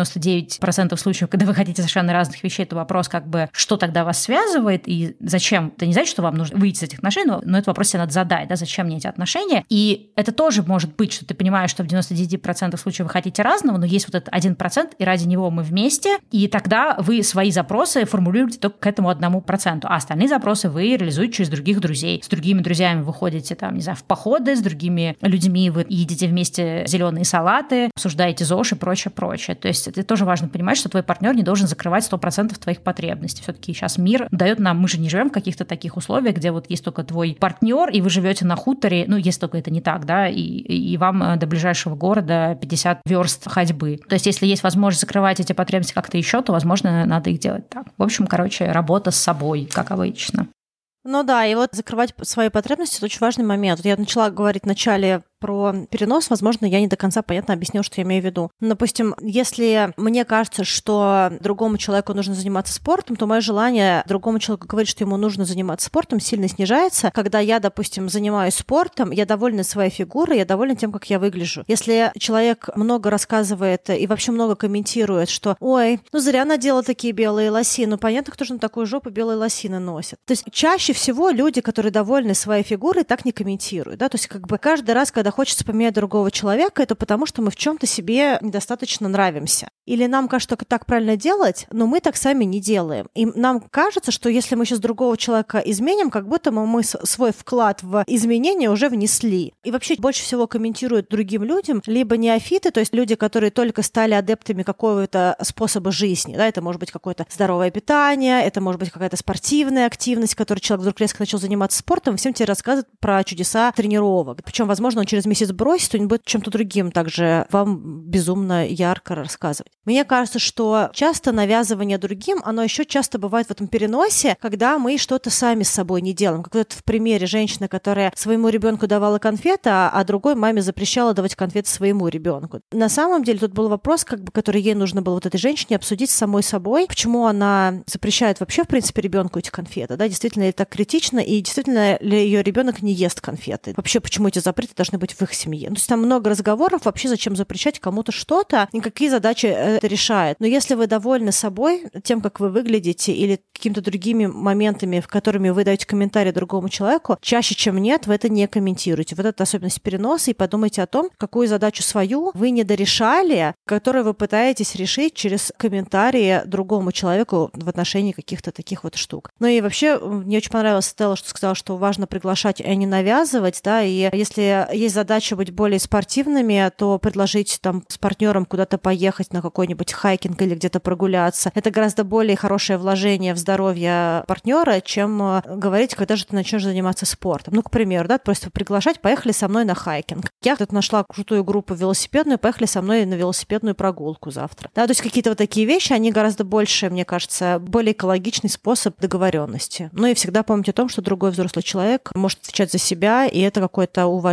99% случаев, когда вы хотите совершенно разных вещей, то вопрос как бы, что тогда вас связывает и зачем? Это не значит, что вам нужно выйти из этих отношений, но этот вопрос себе надо задать, да, зачем мне эти отношения? И это тоже может быть, что ты понимаешь, что в 99% случаев вы хотите разного, но есть вот этот 1%, и ради него мы вместе, и тогда вы свои запросы формулируете только к этому 1%, а остальные запросы вы реализуете через других друзей. С другими друзьями вы ходите там, не знаю, в походы, с другими людьми вы едите вместе зеленые салаты, обсуждаете ЗОЖ и прочее. То есть это тоже важно понимать, что твой партнер не должен закрывать 100% твоих потребностей. Все-таки сейчас мир дает нам, мы же не живем в каких-то таких условиях, где вот есть только твой партнер, и вы живете на хуторе, ну, если только это не так, да, и вам до ближайшего города 50 верст ходьбы. То есть если есть возможность закрывать эти потребности как-то еще, то, возможно, надо их делать так. В общем, работа с собой, как обычно. Ну да, и вот закрывать свои потребности – это очень важный момент. Вот я начала говорить в начале про перенос, возможно, я не до конца понятно объяснила, что я имею в виду. Допустим, если мне кажется, что другому человеку нужно заниматься спортом, то мое желание другому человеку говорить, что ему нужно заниматься спортом, сильно снижается. Когда я, допустим, занимаюсь спортом, я довольна своей фигурой, я довольна тем, как я выгляжу. Если человек много рассказывает и вообще много комментирует, что «Ой, ну зря надела такие белые лосины», ну понятно, кто же на такую жопу белые лосины носит. То есть чаще всего люди, которые довольны своей фигурой, так не комментируют. Да? То есть как бы каждый раз, когда хочется поменять другого человека, это потому, что мы в чем-то себе недостаточно нравимся. Или нам кажется, что так правильно делать, но мы так сами не делаем. И нам кажется, что если мы сейчас другого человека изменим, как будто мы свой вклад в изменения уже внесли. И вообще больше всего комментируют другим людям либо неофиты, то есть люди, которые только стали адептами какого-то способа жизни. Да? Это может быть какое-то здоровое питание, это может быть какая-то спортивная активность, которой человек вдруг резко начал заниматься спортом, всем тебе рассказывают про чудеса тренировок. Причем, возможно, он через месяц бросит, он будет чем-то другим также вам безумно ярко рассказывать. Мне кажется, что часто навязывание другим, оно еще часто бывает в этом переносе, когда мы что-то сами с собой не делаем. Как вот в примере женщины, которая своему ребенку давала конфеты, а другой маме запрещала давать конфеты своему ребенку. На самом деле тут был вопрос, который ей нужно было вот этой женщине обсудить с самой собой, почему она запрещает вообще, в принципе, ребенку эти конфеты. Да? Действительно ли это критично, и действительно ли ее ребенок не ест конфеты? Вообще, почему эти запреты должны быть в их семье? Ну, то есть там много разговоров, вообще зачем запрещать кому-то что-то, и какие задачи это решает. Но если вы довольны собой, тем, как вы выглядите, или какими-то другими моментами, в которыми вы даете комментарий другому человеку, чаще, чем нет, вы это не комментируете. Вот это особенность переноса, и подумайте о том, какую задачу свою вы не дорешали, которую вы пытаетесь решить через комментарии другому человеку в отношении каких-то таких вот штук. Ну и вообще, мне очень понравилось Стелла, что сказала, что важно приглашать, а не навязывать, да, и если есть задача быть более спортивными, то предложить там с партнером куда-то поехать на какой-нибудь хайкинг или где-то прогуляться. Это гораздо более хорошее вложение в здоровье партнера, чем говорить, когда же ты начнешь заниматься спортом. Ну, к примеру, да, просто приглашать, поехали со мной на хайкинг. Я тут нашла крутую группу велосипедную, поехали со мной на велосипедную прогулку завтра. Да, то есть какие-то вот такие вещи, они гораздо больше, мне кажется, более экологичный способ договоренности. Ну и всегда помните о том, что другой взрослый человек может отвечать за себя, и это какое-то уважение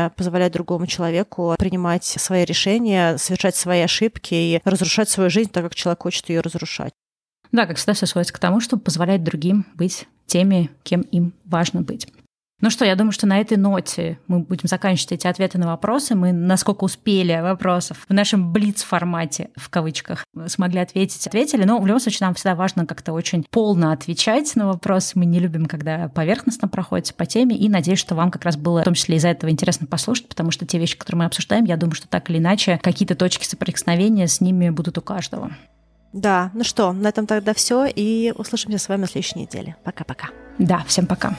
не позволять другому человеку принимать свои решения, совершать свои ошибки и разрушать свою жизнь так, как человек хочет ее разрушать. Да, как всегда, все сводится к тому, чтобы позволять другим быть теми, кем им важно быть. Ну что, я думаю, что на этой ноте мы будем заканчивать эти ответы на вопросы. Мы, насколько успели вопросов, в нашем блиц-формате, в кавычках, смогли ответили. Но в любом случае нам всегда важно как-то очень полно отвечать на вопросы. Мы не любим, когда поверхностно проходится по теме. И надеюсь, что вам как раз было в том числе из-за этого интересно послушать, потому что те вещи, которые мы обсуждаем, я думаю, что так или иначе какие-то точки соприкосновения с ними будут у каждого. Да, ну что, на этом тогда все, и услышимся с вами на следующей неделе. Пока-пока. Да, всем пока.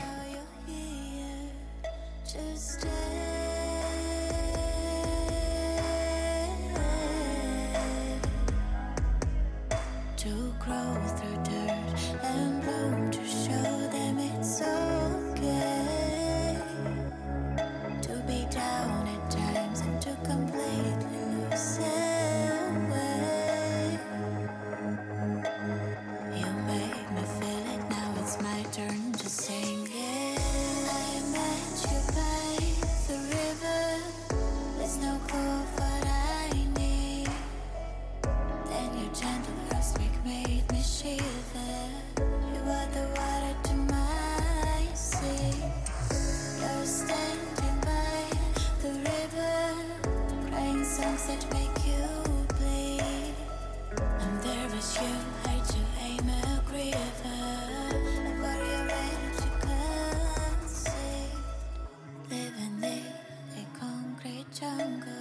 Jungle.